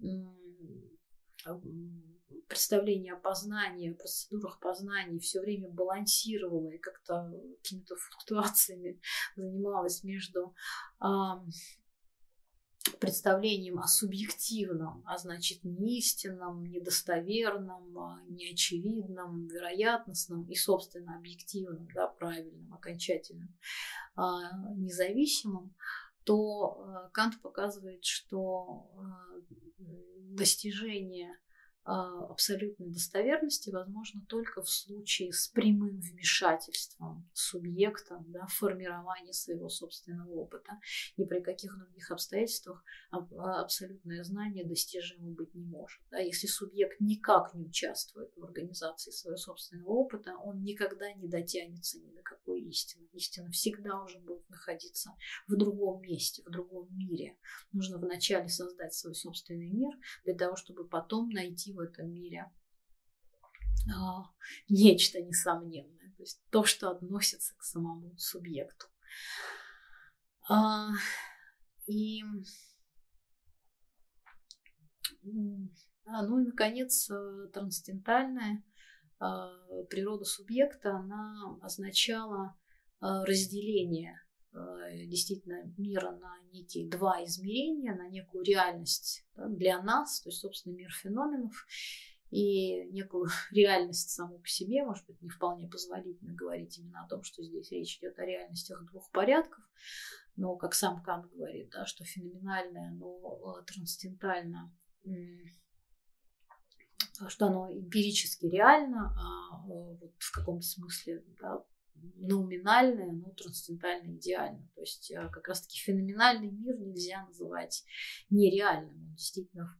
представление о познании, о процедурах познания все время балансировало и как-то какими-то флуктуациями занималось между представлением о субъективном, а значит неистинном, недостоверном, неочевидном, вероятностном и, собственно, объективном, да, правильном, окончательном, независимом, то Кант показывает, что достижение абсолютной достоверности возможно только в случае с прямым вмешательством субъекта, да, в формирование своего собственного опыта. Ни при каких других обстоятельствах абсолютное знание достижимо быть не может. Да. Если субъект никак не участвует в организации своего собственного опыта, он никогда не дотянется ни до какой истины. Истина всегда уже будет находиться в другом месте, в другом мире. Нужно вначале создать свой собственный мир для того, чтобы потом найти в этом мире нечто несомненное, то есть то, что относится к самому субъекту. Ну и, наконец, трансцендентальная природа субъекта, она означала разделение действительно мира на некие два измерения, на некую реальность, да, для нас, то есть, собственно, мир феноменов, и некую реальность саму по себе. Может быть, не вполне позволительно говорить именно о том, что здесь речь идет о реальностях двух порядков, но, как сам Кант говорит, да, что феноменальное, но трансцендентально, что оно эмпирически реально, а вот в каком-то смысле, да, номинальное, но трансцендентально идеально. То есть как раз-таки феноменальный мир нельзя называть нереальным. Он действительно в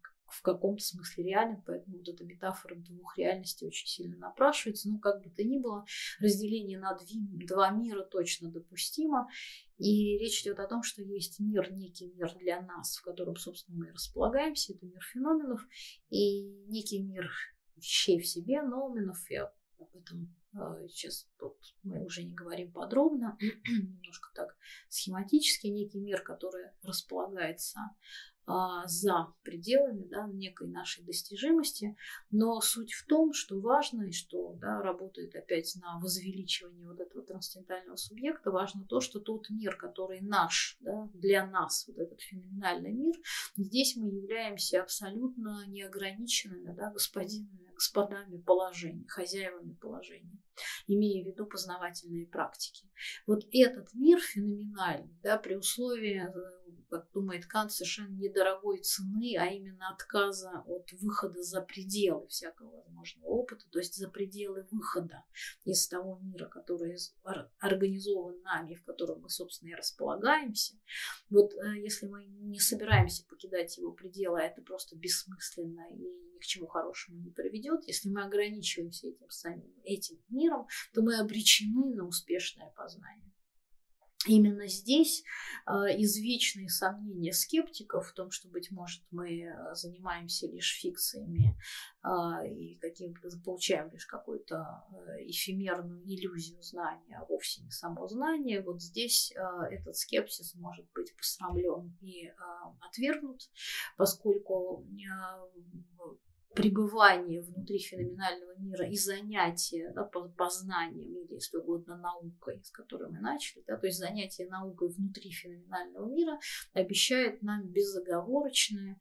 каком-то смысле реален, поэтому вот эта метафора двух реальностей очень сильно напрашивается. Ну, как бы то ни было, разделение на два мира точно допустимо. И речь идет о том, что есть мир, некий мир для нас, в котором, собственно, мы располагаемся, это мир феноменов, и некий мир вещей в себе, ноуменов. Я об этом сейчас тут мы уже не говорим подробно, немножко так схематически, некий мир, который располагается за пределами, да, некой нашей достижимости, но суть в том, что важно и что, да, работает опять на возвеличивание вот этого трансцендентального субъекта, важно то, что тот мир, который наш, да, для нас, вот этот феноменальный мир, здесь мы являемся абсолютно неограниченными, да, господами положения, хозяевами положения, имея в виду познавательные практики. Вот этот мир феноменальный, да, при условии, как думает Кант, совершенно недорогой цены, а именно отказа от выхода за пределы всякого возможного опыта, то есть за пределы выхода из того мира, который организован нами, в котором мы, собственно, и располагаемся. Вот если мы не собираемся покидать его пределы, а это просто бессмысленно и ни к чему хорошему не приведет, если мы ограничиваемся этим миром, то мы обречены на успешное познание. Именно здесь извечные сомнения скептиков в том, что, быть может, мы занимаемся лишь фикциями и получаем лишь какую-то эфемерную иллюзию знания, а вовсе не само знание. Вот здесь этот скепсис может быть посрамлен и отвергнут, поскольку пребывание внутри феноменального мира и занятие, да, познанием или, если угодно, наукой, с которой мы начали, да, то есть занятие наукой внутри феноменального мира обещает нам безоговорочный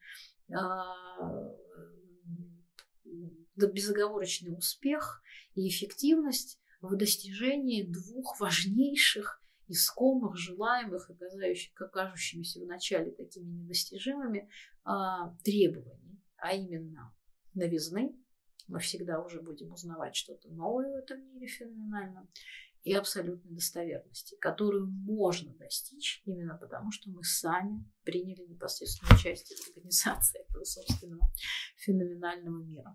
успех и эффективность в достижении двух важнейших, искомых, желаемых и кажущимися вначале такими недостижимыми требований, а именно новизны, мы всегда уже будем узнавать что-то новое в этом мире феноменальном, и абсолютной достоверности, которую можно достичь именно потому, что мы сами приняли непосредственное участие в организации этого собственного феноменального мира.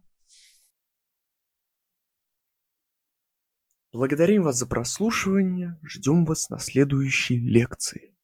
Благодарим вас за прослушивание, ждем вас на следующей лекции.